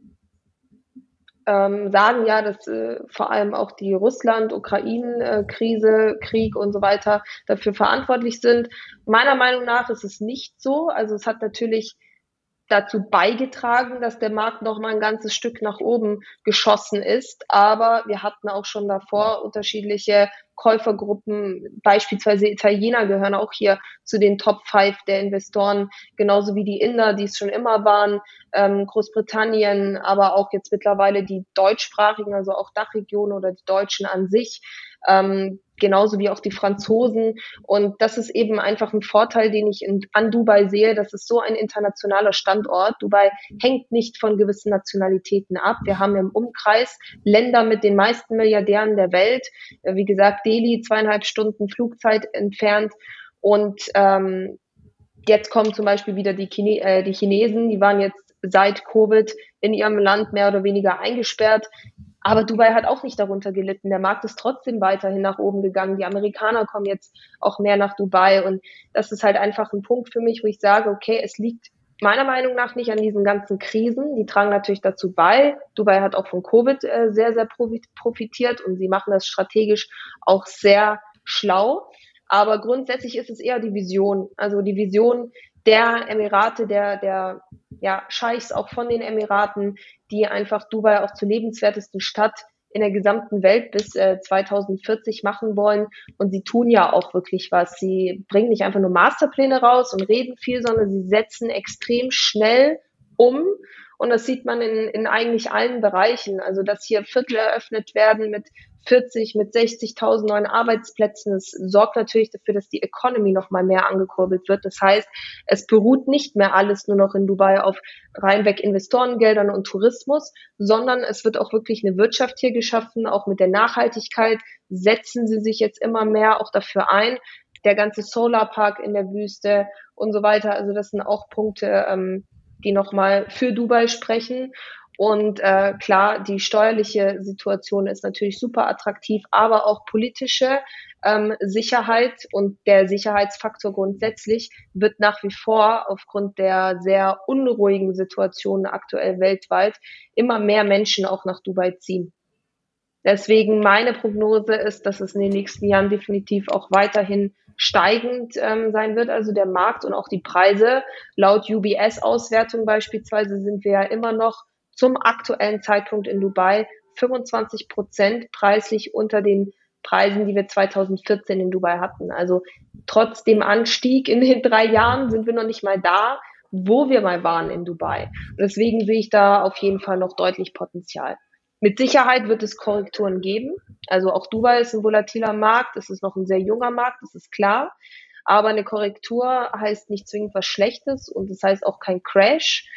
sagen ja, dass vor allem auch die Russland-Ukraine-Krise, Krieg und so weiter dafür verantwortlich sind. Meiner Meinung nach ist es nicht so. Also es hat natürlich dazu beigetragen, dass der Markt noch mal ein ganzes Stück nach oben geschossen ist. Aber wir hatten auch schon davor unterschiedliche Käufergruppen, beispielsweise Italiener gehören auch hier zu den Top 5 der Investoren, genauso wie die Inder, die es schon immer waren, Großbritannien, aber auch jetzt mittlerweile die deutschsprachigen, also auch Dachregionen oder die Deutschen an sich, genauso wie auch die Franzosen. Und das ist eben einfach ein Vorteil, den ich an Dubai sehe. Das ist so ein internationaler Standort. Dubai hängt nicht von gewissen Nationalitäten ab. Wir haben im Umkreis Länder mit den meisten Milliardären der Welt. Wie gesagt, Delhi 2,5 Stunden Flugzeit entfernt. Und jetzt kommen zum Beispiel wieder die Chinesen. Die waren jetzt seit Covid in ihrem Land mehr oder weniger eingesperrt. Aber Dubai hat auch nicht darunter gelitten. Der Markt ist trotzdem weiterhin nach oben gegangen. Die Amerikaner kommen jetzt auch mehr nach Dubai. Und das ist halt einfach ein Punkt für mich, wo ich sage, okay, es liegt meiner Meinung nach nicht an diesen ganzen Krisen. Die tragen natürlich dazu bei. Dubai hat auch von Covid sehr, sehr profitiert und sie machen das strategisch auch sehr schlau. Aber grundsätzlich ist es eher die Vision. Also die Vision der Emirate, der Scheichs auch von den Emiraten, die einfach Dubai auch zur lebenswertesten Stadt in der gesamten Welt bis 2040 machen wollen. Und sie tun ja auch wirklich was. Sie bringen nicht einfach nur Masterpläne raus und reden viel, sondern sie setzen extrem schnell um. Und das sieht man in eigentlich allen Bereichen. Also, dass hier Viertel eröffnet werden mit 40, mit 60.000 neuen Arbeitsplätzen. Das sorgt natürlich dafür, dass die Economy noch mal mehr angekurbelt wird. Das heißt, es beruht nicht mehr alles nur noch in Dubai auf reinweg Investorengeldern und Tourismus, sondern es wird auch wirklich eine Wirtschaft hier geschaffen. Auch mit der Nachhaltigkeit setzen sie sich jetzt immer mehr auch dafür ein. Der ganze Solarpark in der Wüste und so weiter. Also das sind auch Punkte, die nochmal für Dubai sprechen. Und klar, die steuerliche Situation ist natürlich super attraktiv, aber auch politische Sicherheit und der Sicherheitsfaktor grundsätzlich wird nach wie vor aufgrund der sehr unruhigen Situation aktuell weltweit immer mehr Menschen auch nach Dubai ziehen. Deswegen meine Prognose ist, dass es in den nächsten Jahren definitiv auch weiterhin steigend sein wird, also der Markt und auch die Preise. Laut UBS-Auswertung beispielsweise sind wir ja immer noch zum aktuellen Zeitpunkt in Dubai 25% preislich unter den Preisen, die wir 2014 in Dubai hatten. Also trotz dem Anstieg in den 3 Jahren sind wir noch nicht mal da, wo wir mal waren in Dubai. Und deswegen sehe ich da auf jeden Fall noch deutlich Potenzial. Mit Sicherheit wird es Korrekturen geben. Also auch Dubai ist ein volatiler Markt, es ist noch ein sehr junger Markt, das ist klar. Aber eine Korrektur heißt nicht zwingend was Schlechtes und das heißt auch kein Crash.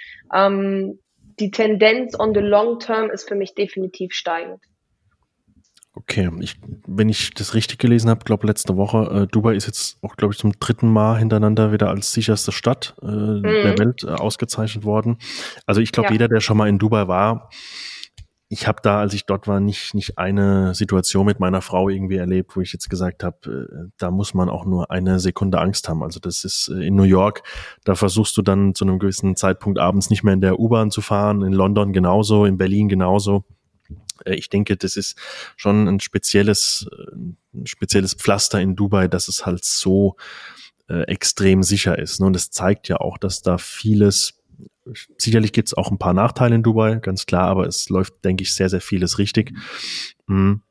Die Tendenz on the long term ist für mich definitiv steigend. Okay, wenn ich das richtig gelesen habe, glaube letzte Woche, Dubai ist jetzt auch, glaube ich, zum 3. Mal hintereinander wieder als sicherste Stadt der Welt ausgezeichnet worden. Also ich glaube, jeder, der schon mal in Dubai war, ich habe da, als ich dort war, nicht eine Situation mit meiner Frau irgendwie erlebt, wo ich jetzt gesagt habe, da muss man auch nur eine Sekunde Angst haben. Also das ist in New York, da versuchst du dann zu einem gewissen Zeitpunkt abends nicht mehr in der U-Bahn zu fahren, in London genauso, in Berlin genauso. Ich denke, das ist schon ein spezielles Pflaster in Dubai, dass es halt so extrem sicher ist. Und das zeigt ja auch, dass da sicherlich gibt es auch ein paar Nachteile in Dubai, ganz klar, aber es läuft, denke ich, sehr, sehr vieles richtig. Und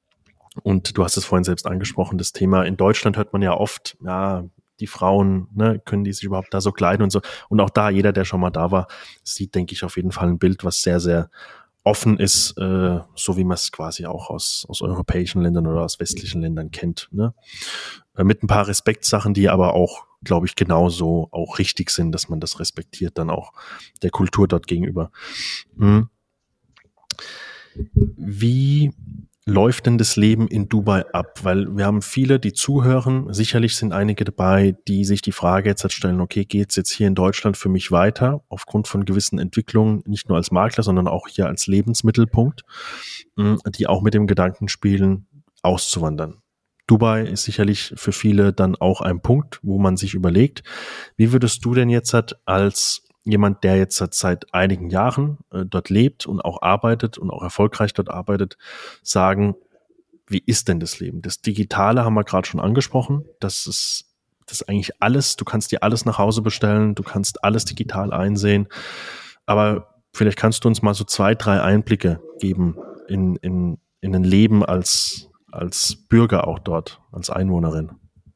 du hast es vorhin selbst angesprochen, das Thema, in Deutschland hört man ja oft, ja, die Frauen, ne, können die sich überhaupt da so kleiden und so. Und auch da, jeder, der schon mal da war, sieht, denke ich, auf jeden Fall ein Bild, was sehr, sehr offen ist, so wie man es quasi auch aus europäischen Ländern oder aus westlichen Ländern kennt. Ne? Mit ein paar Respektsachen, die aber auch, glaube ich, genauso auch richtig sind, dass man das respektiert, dann auch der Kultur dort gegenüber. Wie läuft denn das Leben in Dubai ab? Weil wir haben viele, die zuhören. Sicherlich sind einige dabei, die sich die Frage jetzt halt stellen, okay, geht's jetzt hier in Deutschland für mich weiter? Aufgrund von gewissen Entwicklungen, nicht nur als Makler, sondern auch hier als Lebensmittelpunkt, die auch mit dem Gedanken spielen, auszuwandern. Dubai ist sicherlich für viele dann auch ein Punkt, wo man sich überlegt, wie würdest du denn jetzt halt als jemand, der jetzt seit einigen Jahren dort lebt und auch arbeitet und auch erfolgreich dort arbeitet, sagen, wie ist denn das Leben? Das Digitale haben wir gerade schon angesprochen. Das ist eigentlich alles. Du kannst dir alles nach Hause bestellen. Du kannst alles digital einsehen. Aber vielleicht kannst du uns mal so 2, 3 Einblicke geben in ein Leben als Bürger auch dort, als Einwohnerin.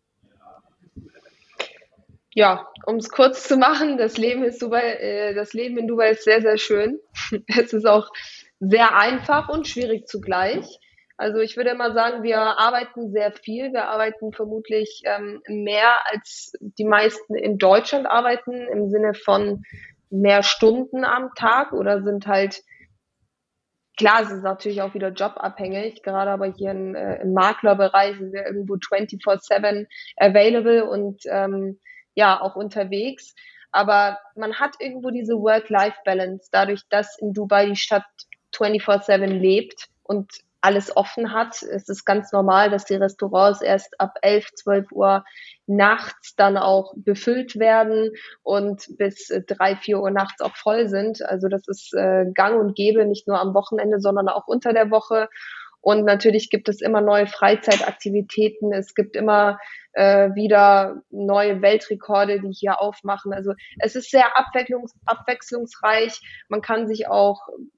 Ja, um es kurz zu machen, das Leben in Dubai ist sehr, sehr schön. Es ist auch sehr einfach und schwierig zugleich. Also ich würde immer sagen, wir arbeiten sehr viel. Wir arbeiten vermutlich mehr als die meisten in Deutschland arbeiten, im Sinne von mehr Stunden am Tag oder sind halt, klar, es ist natürlich auch wieder jobabhängig, gerade aber hier im Maklerbereich sind wir irgendwo 24/7 available und ja, auch unterwegs. Aber man hat irgendwo diese Work-Life-Balance, dadurch, dass in Dubai die Stadt 24/7 lebt und alles offen hat. Es ist ganz normal, dass die Restaurants erst ab 11, 12 Uhr nachts dann auch befüllt werden und bis 3, 4 Uhr nachts auch voll sind. Also das ist gang und gäbe, nicht nur am Wochenende, sondern auch unter der Woche. Und natürlich gibt es immer neue Freizeitaktivitäten. Es gibt immer wieder neue Weltrekorde, die hier aufmachen. Also es ist sehr abwechslungsreich. Man kann sich auch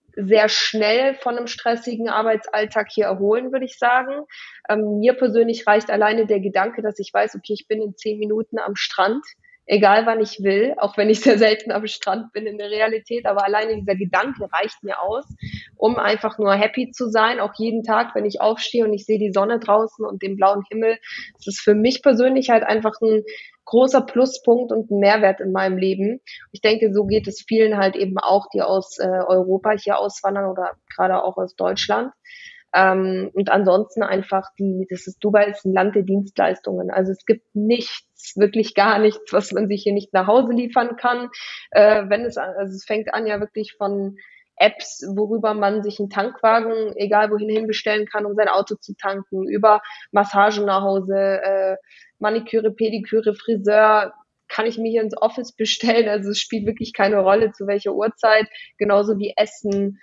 sehr schnell von einem stressigen Arbeitsalltag hier erholen, würde ich sagen. Mir persönlich reicht alleine der Gedanke, dass ich weiß, okay, ich bin in 10 Minuten am Strand, egal wann ich will, auch wenn ich sehr selten am Strand bin in der Realität, aber alleine dieser Gedanke reicht mir aus, um einfach nur happy zu sein, auch jeden Tag, wenn ich aufstehe und ich sehe die Sonne draußen und den blauen Himmel. Das ist für mich persönlich halt einfach ein großer Pluspunkt und ein Mehrwert in meinem Leben. Ich denke, so geht es vielen halt eben auch, die aus Europa hier auswandern oder gerade auch aus Deutschland. Und ansonsten einfach Dubai ist ein Land der Dienstleistungen. Also es gibt nichts, wirklich gar nichts, was man sich hier nicht nach Hause liefern kann. Also es fängt an ja wirklich von Apps, worüber man sich einen Tankwagen, egal wohin hin bestellen kann, um sein Auto zu tanken, über Massagen nach Hause, Maniküre, Pediküre, Friseur, kann ich mir hier ins Office bestellen. Also es spielt wirklich keine Rolle, zu welcher Uhrzeit. Genauso wie Essen.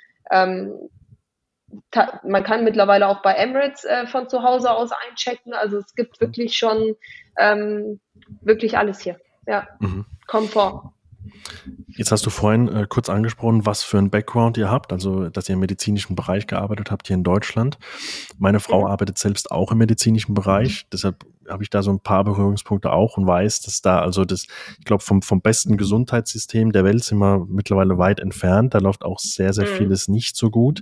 Man kann mittlerweile auch bei Emirates von zu Hause aus einchecken. Also es gibt wirklich schon wirklich alles hier. Ja, Komfort. Jetzt hast du vorhin kurz angesprochen, was für ein Background ihr habt, also dass ihr im medizinischen Bereich gearbeitet habt hier in Deutschland. Meine Frau arbeitet selbst auch im medizinischen Bereich, deshalb habe ich da so ein paar Berührungspunkte auch und weiß, dass da also ich glaube, vom besten Gesundheitssystem der Welt sind wir mittlerweile weit entfernt. Da läuft auch sehr, sehr vieles nicht so gut.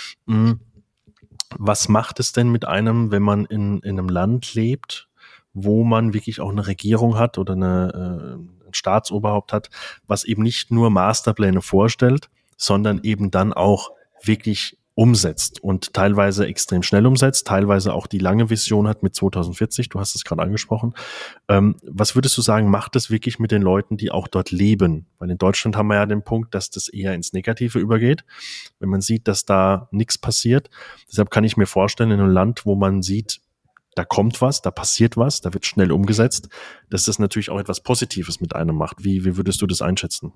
Was macht es denn mit einem, wenn man in einem Land lebt, wo man wirklich auch eine Regierung hat oder ein Staatsoberhaupt hat, was eben nicht nur Masterpläne vorstellt, sondern eben dann auch wirklich umsetzt und teilweise extrem schnell umsetzt, teilweise auch die lange Vision hat mit 2040, du hast es gerade angesprochen. Was würdest du sagen, macht es wirklich mit den Leuten, die auch dort leben? Weil in Deutschland haben wir ja den Punkt, dass das eher ins Negative übergeht, wenn man sieht, dass da nichts passiert. Deshalb kann ich mir vorstellen, in einem Land, wo man sieht, da kommt was, da passiert was, da wird schnell umgesetzt, dass das natürlich auch etwas Positives mit einem macht. Wie würdest du das einschätzen?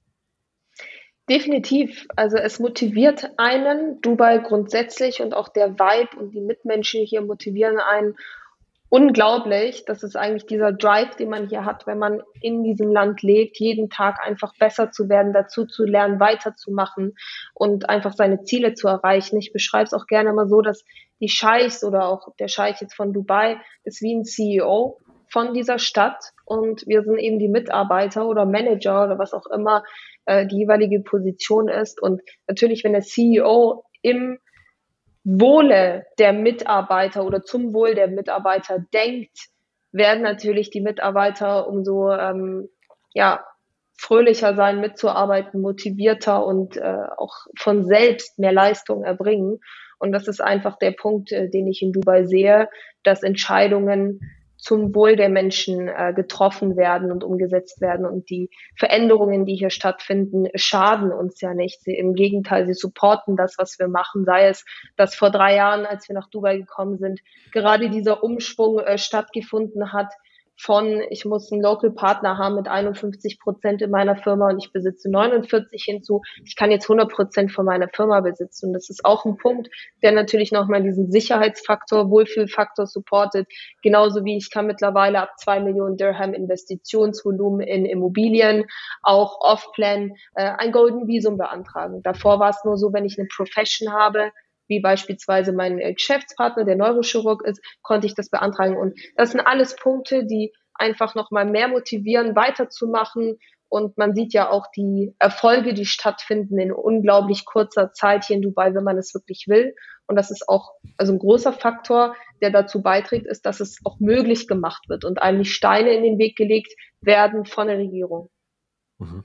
Definitiv. Also es motiviert einen, Dubai grundsätzlich und auch der Vibe und die Mitmenschen hier motivieren einen unglaublich. Das ist eigentlich dieser Drive, den man hier hat, wenn man in diesem Land lebt, jeden Tag einfach besser zu werden, dazu zu lernen, weiterzumachen und einfach seine Ziele zu erreichen. Ich beschreibe es auch gerne mal so, dass die Scheichs oder auch der Scheich jetzt von Dubai ist wie ein CEO von dieser Stadt und wir sind eben die Mitarbeiter oder Manager oder was auch immer die jeweilige Position ist. Und natürlich, wenn der CEO im Wohle der Mitarbeiter oder zum Wohl der Mitarbeiter denkt, werden natürlich die Mitarbeiter umso ja, fröhlicher sein, mitzuarbeiten, motivierter und auch von selbst mehr Leistung erbringen. Und das ist einfach der Punkt, den ich in Dubai sehe, dass Entscheidungen zum Wohl der Menschen getroffen werden und umgesetzt werden. Und die Veränderungen, die hier stattfinden, schaden uns ja nicht. Im Gegenteil, sie supporten das, was wir machen. Sei es, dass vor 3 Jahren, als wir nach Dubai gekommen sind, gerade dieser Umschwung stattgefunden hat, ich muss einen Local Partner haben mit 51% in meiner Firma und ich besitze 49 hinzu. Ich kann jetzt 100% von meiner Firma besitzen. Und das ist auch ein Punkt, der natürlich nochmal diesen Sicherheitsfaktor, Wohlfühlfaktor supportet. Genauso wie ich kann mittlerweile ab 2 Millionen Dirham Investitionsvolumen in Immobilien, auch off-plan, ein Golden Visum beantragen. Davor war es nur so, wenn ich eine Profession habe, wie beispielsweise mein Geschäftspartner, der Neurochirurg ist, konnte ich das beantragen. Und das sind alles Punkte, die einfach nochmal mehr motivieren, weiterzumachen. Und man sieht ja auch die Erfolge, die stattfinden in unglaublich kurzer Zeit hier in Dubai, wenn man es wirklich will. Und das ist auch also ein großer Faktor, der dazu beiträgt, ist, dass es auch möglich gemacht wird und einem nicht Steine in den Weg gelegt werden von der Regierung. Mhm.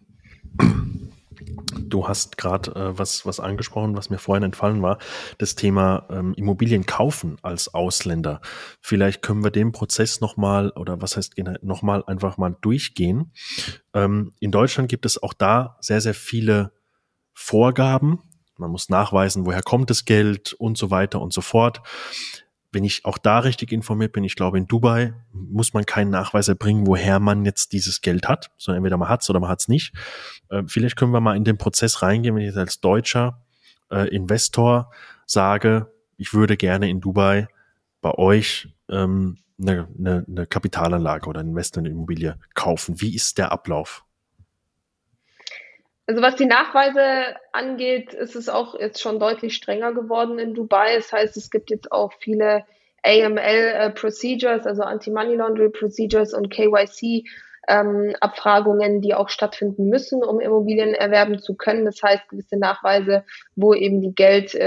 Du hast gerade was angesprochen, was mir vorhin entfallen war, das Thema Immobilien kaufen als Ausländer. Vielleicht können wir den Prozess nochmal, oder was heißt nochmal, einfach mal durchgehen. In Deutschland gibt es auch da sehr, sehr viele Vorgaben. Man muss nachweisen, woher kommt das Geld und so weiter und so fort. Wenn ich auch da richtig informiert bin, ich glaube, in Dubai muss man keinen Nachweis erbringen, woher man jetzt dieses Geld hat, sondern entweder man hat es oder man hat es nicht. Vielleicht können wir mal in den Prozess reingehen, wenn ich jetzt als deutscher Investor sage, ich würde gerne in Dubai bei euch eine Kapitalanlage oder eine Investmentimmobilie kaufen. Wie ist der Ablauf? Also was die Nachweise angeht, ist es auch jetzt schon deutlich strenger geworden in Dubai. Das heißt, es gibt jetzt auch viele AML Procedures, also Anti-Money Laundering Procedures und KYC Abfragungen, die auch stattfinden müssen, um Immobilien erwerben zu können. Das heißt, gewisse Nachweise, wo eben die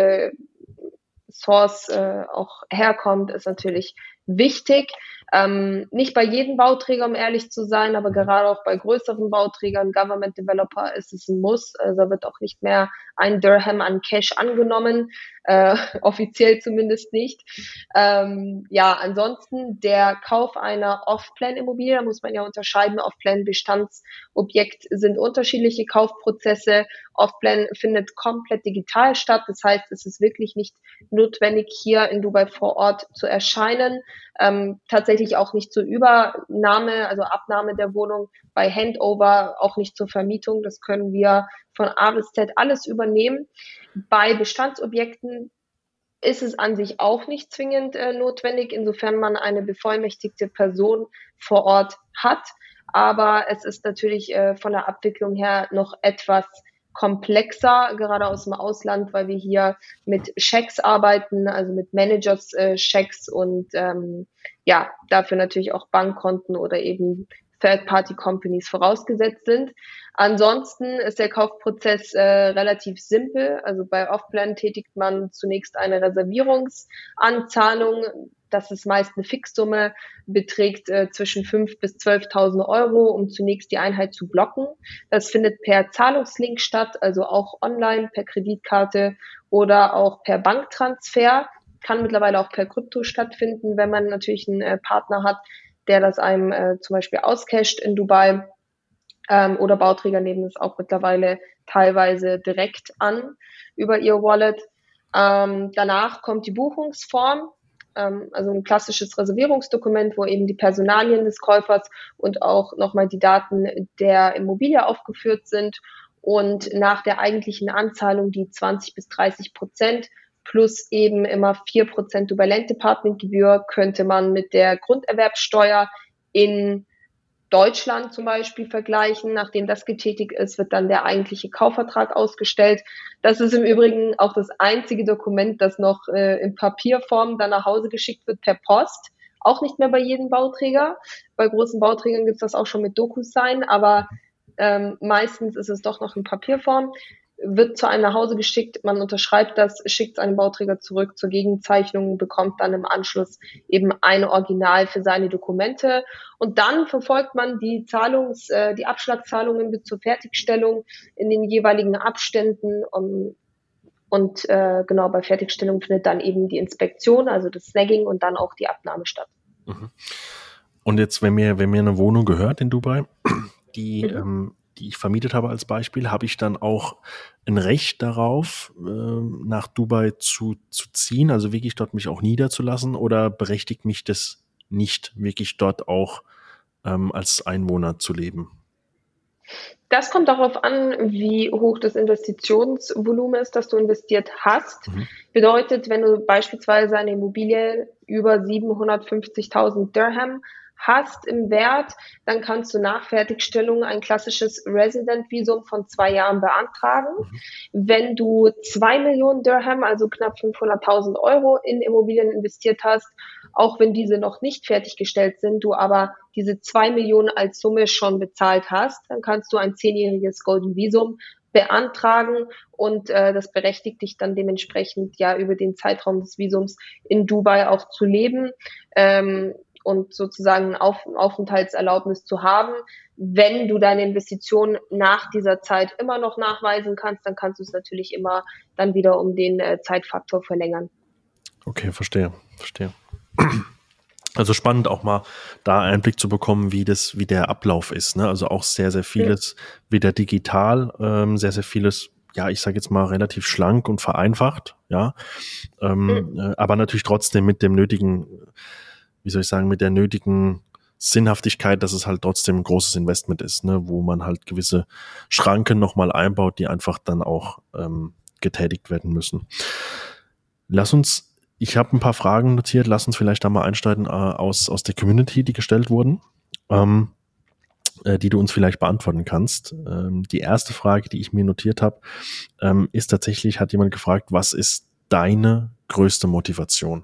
Source auch herkommt, ist natürlich wichtig. Nicht bei jedem Bauträger, um ehrlich zu sein, aber gerade auch bei größeren Bauträgern, Government Developer, ist es ein Muss. Also wird auch nicht mehr ein Dirham an Cash angenommen, offiziell zumindest nicht. Ja, ansonsten der Kauf einer Off-Plan-Immobilie, da muss man ja unterscheiden, Off-Plan-Bestandsobjekt sind unterschiedliche Kaufprozesse. Off-Plan findet komplett digital statt. Das heißt, es ist wirklich nicht notwendig, hier in Dubai vor Ort zu erscheinen. Tatsächlich auch nicht zur Übernahme, also Abnahme der Wohnung, bei Handover, auch nicht zur Vermietung. Das können wir von A bis Z alles übernehmen. Bei Bestandsobjekten ist es an sich auch nicht zwingend notwendig, insofern man eine bevollmächtigte Person vor Ort hat. Aber es ist natürlich von der Abwicklung her noch etwas komplexer, gerade aus dem Ausland, weil wir hier mit Schecks arbeiten, also mit Managers-Schecks und ja, dafür natürlich auch Bankkonten oder eben Third-Party-Companies vorausgesetzt sind. Ansonsten ist der Kaufprozess relativ simpel. Also bei Off-Plan tätigt man zunächst eine Reservierungsanzahlung. Das ist meist eine Fixsumme, beträgt zwischen 5.000 bis 12.000 Euro, um zunächst die Einheit zu blocken. Das findet per Zahlungslink statt, also auch online, per Kreditkarte oder auch per Banktransfer. Kann mittlerweile auch per Krypto stattfinden, wenn man natürlich einen Partner hat, der das einem zum Beispiel auscasht in Dubai. Oder Bauträger nehmen es auch mittlerweile teilweise direkt an über ihr Wallet. Danach kommt die Buchungsform, also ein klassisches Reservierungsdokument, wo eben die Personalien des Käufers und auch nochmal die Daten der Immobilie aufgeführt sind. Und nach der eigentlichen Anzahlung, die 20 bis 30% plus eben immer 4% Dubai-Land-Department-Gebühr, könnte man mit der Grunderwerbsteuer in Deutschland zum Beispiel vergleichen. Nachdem das getätigt ist, wird dann der eigentliche Kaufvertrag ausgestellt. Das ist im Übrigen auch das einzige Dokument, das noch in Papierform dann nach Hause geschickt wird per Post. Auch nicht mehr bei jedem Bauträger. Bei großen Bauträgern gibt es das auch schon mit DocuSign, aber meistens ist es doch noch in Papierform. Wird zu einem nach Hause geschickt, man unterschreibt das, schickt es an den Bauträger zurück zur Gegenzeichnung, bekommt dann im Anschluss eben ein Original für seine Dokumente und dann verfolgt man die Abschlagszahlungen bis zur Fertigstellung in den jeweiligen Abständen und genau bei Fertigstellung findet dann eben die Inspektion, also das Snagging und dann auch die Abnahme statt. Und jetzt, wenn mir eine Wohnung gehört in Dubai, die ich vermietet habe als Beispiel, habe ich dann auch ein Recht darauf, nach Dubai zu ziehen, also wirklich dort mich auch niederzulassen, oder berechtigt mich das nicht, wirklich dort auch als Einwohner zu leben? Das kommt darauf an, wie hoch das Investitionsvolumen ist, das du investiert hast. Bedeutet, wenn du beispielsweise eine Immobilie über 750.000 Dirham hast im Wert, dann kannst du nach Fertigstellung ein klassisches Resident-Visum von 2 Jahren beantragen. Wenn du 2 Millionen Dirham, also knapp 500.000 Euro in Immobilien investiert hast, auch wenn diese noch nicht fertiggestellt sind, du aber diese 2 Millionen als Summe schon bezahlt hast, dann kannst du ein 10-jähriges Golden Visum beantragen und das berechtigt dich dann dementsprechend ja über den Zeitraum des Visums in Dubai auch zu leben. Und sozusagen Aufenthaltserlaubnis zu haben. Wenn du deine Investition nach dieser Zeit immer noch nachweisen kannst, dann kannst du es natürlich immer dann wieder um den Zeitfaktor verlängern. Okay, verstehe. Also spannend auch mal da Einblick zu bekommen, wie der Ablauf ist, ne? Also auch sehr, sehr vieles wieder digital, sehr, sehr vieles, ja, ich sage jetzt mal relativ schlank und vereinfacht, ja, aber natürlich trotzdem mit dem nötigen, wie soll ich sagen, mit der nötigen Sinnhaftigkeit, dass es halt trotzdem ein großes Investment ist, ne, wo man halt gewisse Schranken nochmal einbaut, die einfach dann auch getätigt werden müssen. Ich habe ein paar Fragen notiert, lass uns vielleicht da mal einsteigen aus der Community, die gestellt wurden. die du uns vielleicht beantworten kannst. Die erste Frage, die ich mir notiert habe, ist tatsächlich, hat jemand gefragt, was ist deine größte Motivation?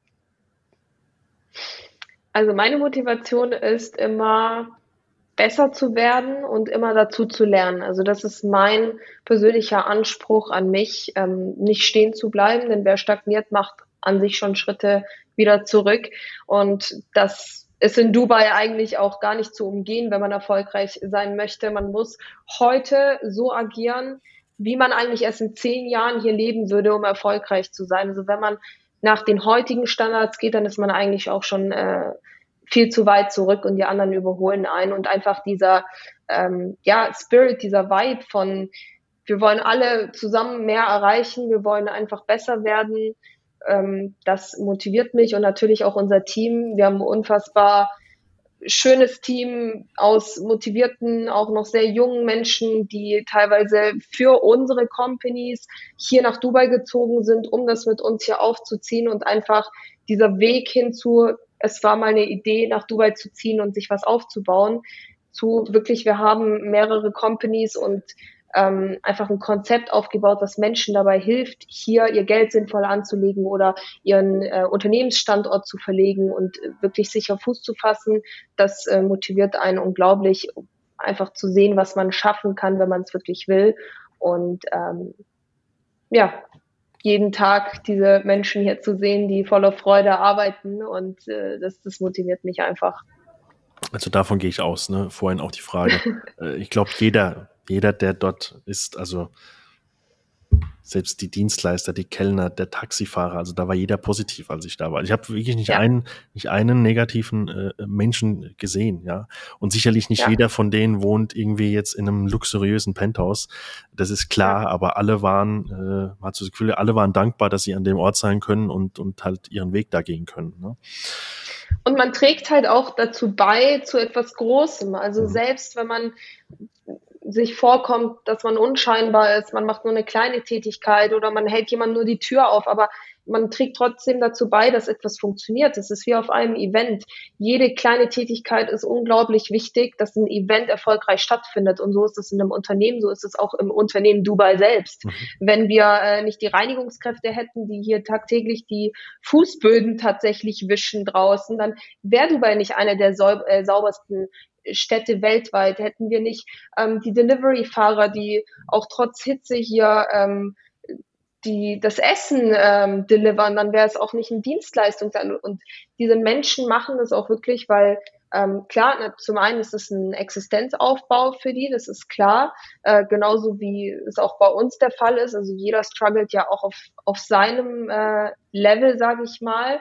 Also meine Motivation ist immer besser zu werden und immer dazu zu lernen. Also das ist mein persönlicher Anspruch an mich, nicht stehen zu bleiben, denn wer stagniert, macht an sich schon Schritte wieder zurück. Und das ist in Dubai eigentlich auch gar nicht zu umgehen, wenn man erfolgreich sein möchte. Man muss heute so agieren, wie man eigentlich erst in 10 Jahren hier leben würde, um erfolgreich zu sein. Also wenn man nach den heutigen Standards geht, dann ist man eigentlich auch schon viel zu weit zurück und die anderen überholen einen und einfach dieser Spirit, dieser Vibe von wir wollen alle zusammen mehr erreichen, wir wollen einfach besser werden, das motiviert mich und natürlich auch unser Team. Wir haben ein unfassbar schönes Team aus motivierten, auch noch sehr jungen Menschen, die teilweise für unsere Companies hier nach Dubai gezogen sind, um das mit uns hier aufzuziehen und einfach dieser Weg hinzu, es war mal eine Idee, nach Dubai zu ziehen und sich was aufzubauen, zu wirklich, wir haben mehrere Companies und einfach ein Konzept aufgebaut, das Menschen dabei hilft, hier ihr Geld sinnvoll anzulegen oder ihren Unternehmensstandort zu verlegen und wirklich sicher Fuß zu fassen. Das motiviert einen unglaublich, einfach zu sehen, was man schaffen kann, wenn man es wirklich will. Und ja, jeden Tag diese Menschen hier zu sehen, die voller Freude arbeiten und das motiviert mich einfach. Also davon gehe ich aus, ne? Vorhin auch die Frage. Ich glaube, jeder, der dort ist, also selbst die Dienstleister, die Kellner, der Taxifahrer, also da war jeder positiv, als ich da war. Ich habe wirklich nicht Ja, einen negativen Menschen gesehen, ja. Und sicherlich nicht ja, jeder von denen wohnt irgendwie jetzt in einem luxuriösen Penthouse. Das ist ja. klar, aber alle waren, man hat so das Gefühl, alle waren dankbar, dass sie an dem Ort sein können und halt ihren Weg da gehen können. Ne? Und man trägt halt auch dazu bei, zu etwas Großem. Also Mhm. selbst wenn man sich vorkommt, dass man unscheinbar ist, man macht nur eine kleine Tätigkeit oder man hält jemand nur die Tür auf, aber man trägt trotzdem dazu bei, dass etwas funktioniert. Das ist wie auf einem Event. Jede kleine Tätigkeit ist unglaublich wichtig, dass ein Event erfolgreich stattfindet. Und so ist es in einem Unternehmen, so ist es auch im Unternehmen Dubai selbst. Mhm. Wenn wir nicht die Reinigungskräfte hätten, die hier tagtäglich die Fußböden tatsächlich wischen draußen, dann wäre Dubai nicht eine der saubersten Städte weltweit. Hätten wir nicht die Delivery-Fahrer, die auch trotz Hitze hier das Essen delivern, dann wäre es auch nicht ein Dienstleistung. Und diese Menschen machen das auch wirklich, weil klar, zum einen ist es ein Existenzaufbau für die, das ist klar, genauso wie es auch bei uns der Fall ist. Also jeder struggelt ja auch auf seinem Level, sage ich mal.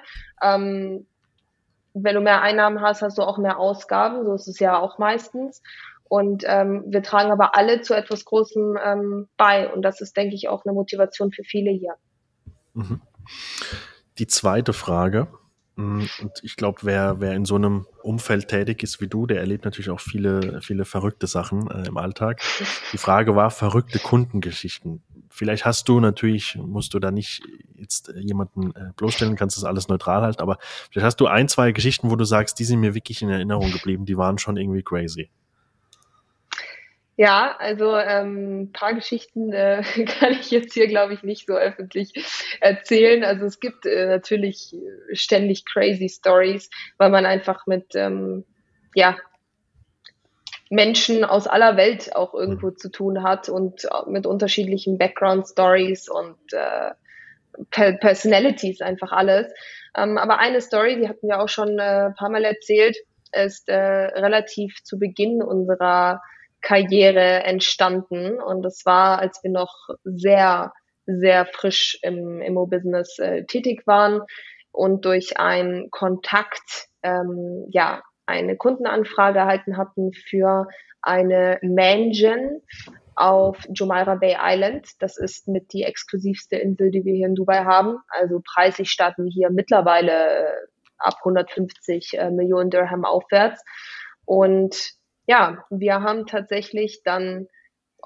Wenn du mehr Einnahmen hast, hast du auch mehr Ausgaben, so ist es ja auch meistens. Und wir tragen aber alle zu etwas Großem bei. Und das ist, denke ich, auch eine Motivation für viele hier. Mhm. Die zweite Frage, und ich glaube, wer in so einem Umfeld tätig ist wie du, der erlebt natürlich auch viele verrückte Sachen im Alltag. Die Frage war, verrückte Kundengeschichten. Vielleicht hast du natürlich, musst du da nicht jetzt jemanden bloßstellen, kannst das alles neutral halten, aber vielleicht hast du ein, zwei Geschichten, wo du sagst, die sind mir wirklich in Erinnerung geblieben, die waren schon irgendwie crazy. Ja, also ein paar Geschichten kann ich jetzt hier, glaube ich, nicht so öffentlich erzählen. Also es gibt natürlich ständig crazy Stories, weil man einfach mit ja, Menschen aus aller Welt auch irgendwo Mhm. zu tun hat und mit unterschiedlichen Background Stories und Personalities, einfach alles. Aber eine Story, die hatten wir auch schon ein paar Mal erzählt, ist relativ zu Beginn unserer Karriere entstanden. Und das war, als wir noch sehr, sehr frisch im Immo-Business tätig waren und durch einen Kontakt ja eine Kundenanfrage erhalten hatten für eine Mansion auf Jumeirah Bay Island. Das ist mit die exklusivste Insel, die wir hier in Dubai haben. Also preislich starten wir hier mittlerweile ab 150 Millionen Dirham aufwärts. Und ja, wir haben tatsächlich dann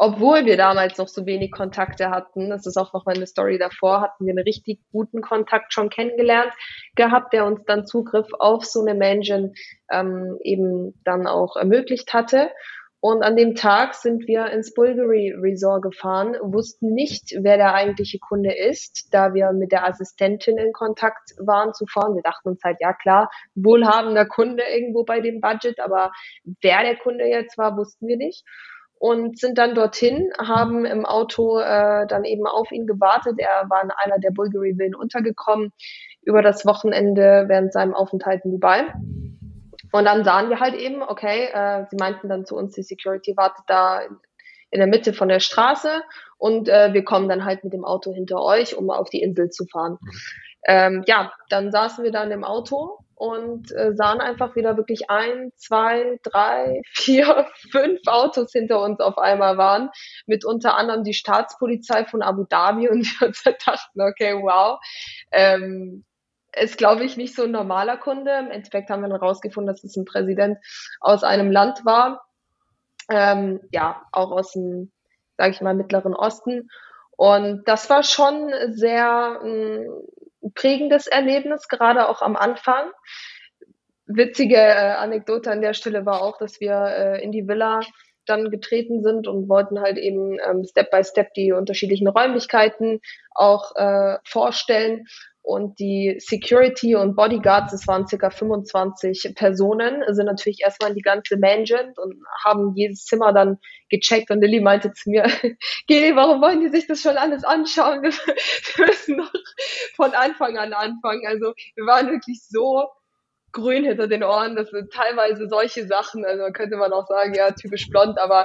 obwohl wir damals noch so wenig Kontakte hatten, das ist auch noch mal eine Story davor, hatten wir einen richtig guten Kontakt schon kennengelernt gehabt, der uns dann Zugriff auf so eine Mansion eben dann auch ermöglicht hatte. Und an dem Tag sind wir ins Bulgari Resort gefahren, wussten nicht, wer der eigentliche Kunde ist, da wir mit der Assistentin in Kontakt waren zuvor. Und wir dachten uns halt, ja klar, wohlhabender Kunde irgendwo bei dem Budget, aber wer der Kunde jetzt war, wussten wir nicht. Und sind dann dorthin, haben im Auto dann eben auf ihn gewartet. Er war in einer der Bulgari-Villen untergekommen über das Wochenende während seinem Aufenthalt in Dubai. Und dann sahen wir halt eben, okay, sie meinten dann zu uns, die Security wartet da in der Mitte von der Straße und wir kommen dann halt mit dem Auto hinter euch, um auf die Insel zu fahren. Ja, dann saßen wir dann im Auto und sahen einfach wieder wirklich 1, 2, 3, 4, 5 Autos hinter uns auf einmal waren, mit unter anderem die Staatspolizei von Abu Dhabi und wir uns halt dachten, okay, wow, ist, glaube ich, nicht so ein normaler Kunde. Im Endeffekt haben wir dann rausgefunden, dass es ein Präsident aus einem Land war, ja, auch aus dem, sage ich mal, Mittleren Osten. Und das war schon sehr prägendes Erlebnis, gerade auch am Anfang. Witzige Anekdote an der Stelle war auch, dass wir in die Villa dann getreten sind und wollten halt eben Step by Step die unterschiedlichen Räumlichkeiten auch vorstellen. Und die Security und Bodyguards, das waren circa 25 Personen, sind natürlich erstmal in die ganze Mansion und haben jedes Zimmer dann gecheckt. Und Lilly meinte zu mir, Geli, warum wollen die sich das schon alles anschauen? Wir müssen noch von Anfang an anfangen. Also wir waren wirklich so grün hinter den Ohren, das sind teilweise solche Sachen, also könnte man auch sagen, ja, typisch blond, aber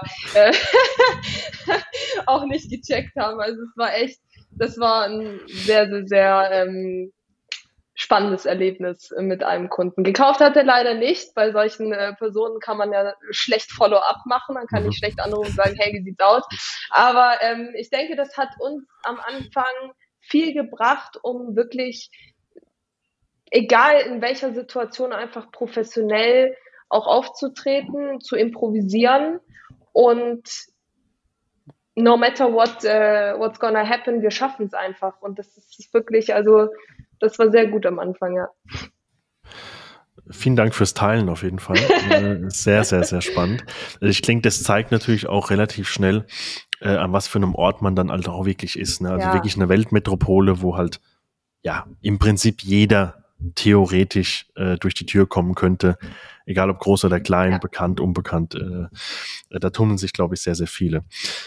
auch nicht gecheckt haben. Also es war echt, das war ein sehr, sehr, sehr spannendes Erlebnis mit einem Kunden. Gekauft hat er leider nicht. Bei solchen Personen kann man ja schlecht Follow-up machen. Man kann nicht schlecht anrufen und sagen, hey, wie sieht's aus? Aber ich denke, das hat uns am Anfang viel gebracht, um wirklich, egal in welcher Situation, einfach professionell auch aufzutreten, zu improvisieren und no matter what's gonna happen, wir schaffen es einfach. Und das ist wirklich, also das war sehr gut am Anfang, ja. Vielen Dank fürs Teilen auf jeden Fall. Sehr, sehr, sehr spannend. Ich denke, das zeigt natürlich auch relativ schnell, an was für einem Ort man dann halt auch wirklich ist. Ne? Also wirklich eine Weltmetropole, wo halt ja im Prinzip jeder theoretisch durch die Tür kommen könnte, egal ob groß oder klein, bekannt, unbekannt. Da tummeln sich, glaube ich, sehr, sehr viele.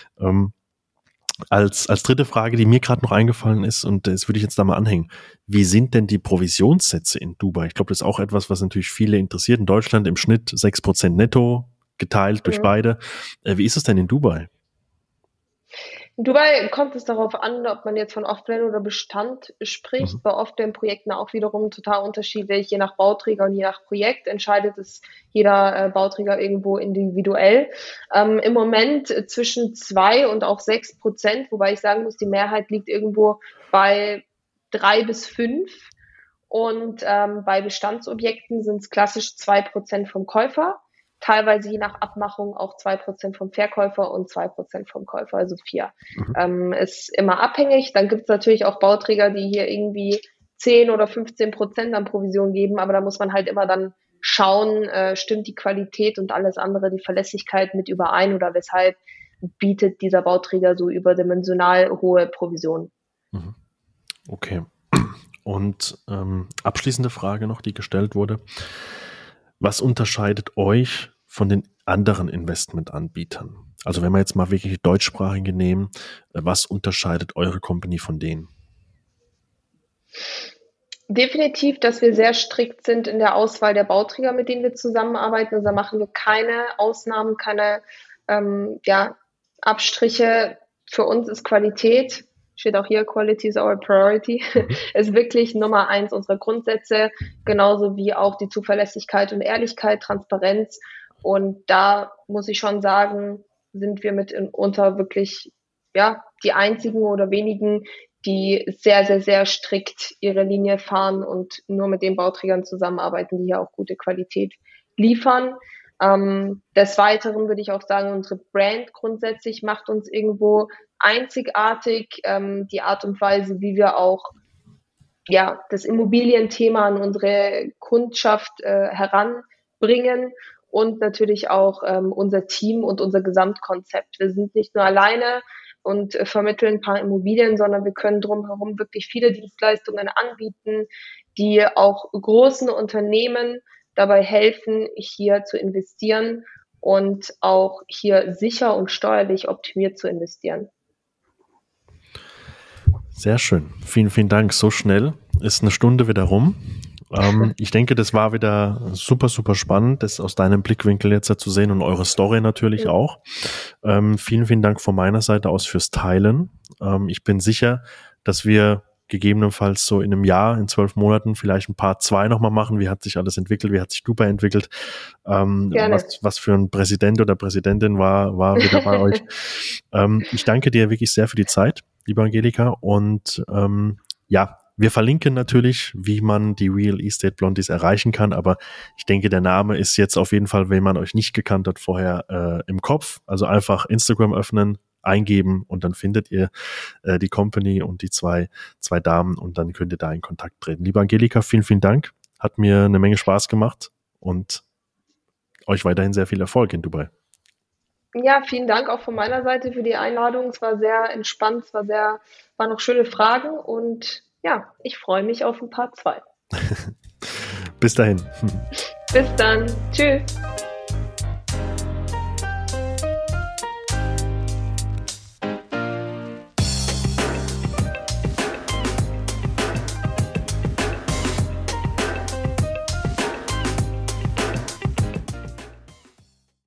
Als dritte Frage, die mir gerade noch eingefallen ist, und das würde ich jetzt da mal anhängen, wie sind denn die Provisionssätze in Dubai? Ich glaube, das ist auch etwas, was natürlich viele interessiert. In Deutschland im Schnitt 6% netto, geteilt durch beide. Wie ist es denn in Dubai? In Dubai kommt es darauf an, ob man jetzt von Off-Plan oder Bestand spricht. Bei Off-Plan-Projekten auch wiederum total unterschiedlich. Je nach Bauträger und je nach Projekt entscheidet es jeder Bauträger irgendwo individuell. Im Moment zwischen 2 und auch 6%, wobei ich sagen muss, die Mehrheit liegt irgendwo bei 3 bis 5. Und bei Bestandsobjekten sind es klassisch 2% vom Käufer. Teilweise je nach Abmachung auch 2% vom Verkäufer und 2% vom Käufer, also 4. Ist immer abhängig. Dann gibt es natürlich auch Bauträger, die hier irgendwie 10 oder 15% an Provision geben, aber da muss man halt immer dann schauen, stimmt die Qualität und alles andere, die Verlässlichkeit mit überein oder weshalb bietet dieser Bauträger so überdimensional hohe Provisionen. Okay. Und abschließende Frage noch, die gestellt wurde. Was unterscheidet euch von den anderen Investmentanbietern? Also wenn wir jetzt mal wirklich deutschsprachige nehmen, was unterscheidet eure Company von denen? Definitiv, dass wir sehr strikt sind in der Auswahl der Bauträger, mit denen wir zusammenarbeiten. Also da machen wir keine Ausnahmen, keine Abstriche. Für uns ist Qualität, steht auch hier, Quality is our priority, ist wirklich Nummer 1 unserer Grundsätze, genauso wie auch die Zuverlässigkeit und Ehrlichkeit, Transparenz. Und da muss ich schon sagen, sind wir mitunter wirklich, ja, die einzigen oder wenigen, die sehr, sehr, sehr strikt ihre Linie fahren und nur mit den Bauträgern zusammenarbeiten, die hier auch gute Qualität liefern. Des Weiteren würde ich auch sagen, unsere Brand grundsätzlich macht uns irgendwo einzigartig. Die Art und Weise, wie wir auch ja, das Immobilienthema an unsere Kundschaft heranbringen und natürlich auch unser Team und unser Gesamtkonzept. Wir sind nicht nur alleine und vermitteln ein paar Immobilien, sondern wir können drumherum wirklich viele Dienstleistungen anbieten, die auch großen Unternehmen dabei helfen, hier zu investieren und auch hier sicher und steuerlich optimiert zu investieren. Sehr schön. Vielen, vielen Dank. So schnell ist eine Stunde wieder rum. Ich denke, das war wieder super, super spannend, das aus deinem Blickwinkel jetzt zu sehen und eure Story natürlich auch. Vielen, vielen Dank von meiner Seite aus fürs Teilen. Ich bin sicher, dass wir gegebenenfalls so in einem Jahr, in 12 Monaten vielleicht ein Part 2 nochmal machen. Wie hat sich alles entwickelt? Wie hat sich Dubai entwickelt? Was für ein Präsident oder Präsidentin war wieder bei euch? Ich danke dir wirklich sehr für die Zeit, liebe Angelika. Und wir verlinken natürlich, wie man die Real Estate Blondies erreichen kann, aber ich denke, der Name ist jetzt auf jeden Fall, wenn man euch nicht gekannt hat, vorher im Kopf. Also einfach Instagram öffnen, eingeben und dann findet ihr die Company und die zwei Damen und dann könnt ihr da in Kontakt treten. Liebe Angelika, vielen, vielen Dank. Hat mir eine Menge Spaß gemacht und euch weiterhin sehr viel Erfolg in Dubai. Ja, vielen Dank auch von meiner Seite für die Einladung. Es war sehr entspannt, waren noch schöne Fragen und ja, ich freue mich auf ein Part 2. Bis dahin. Bis dann. Tschüss.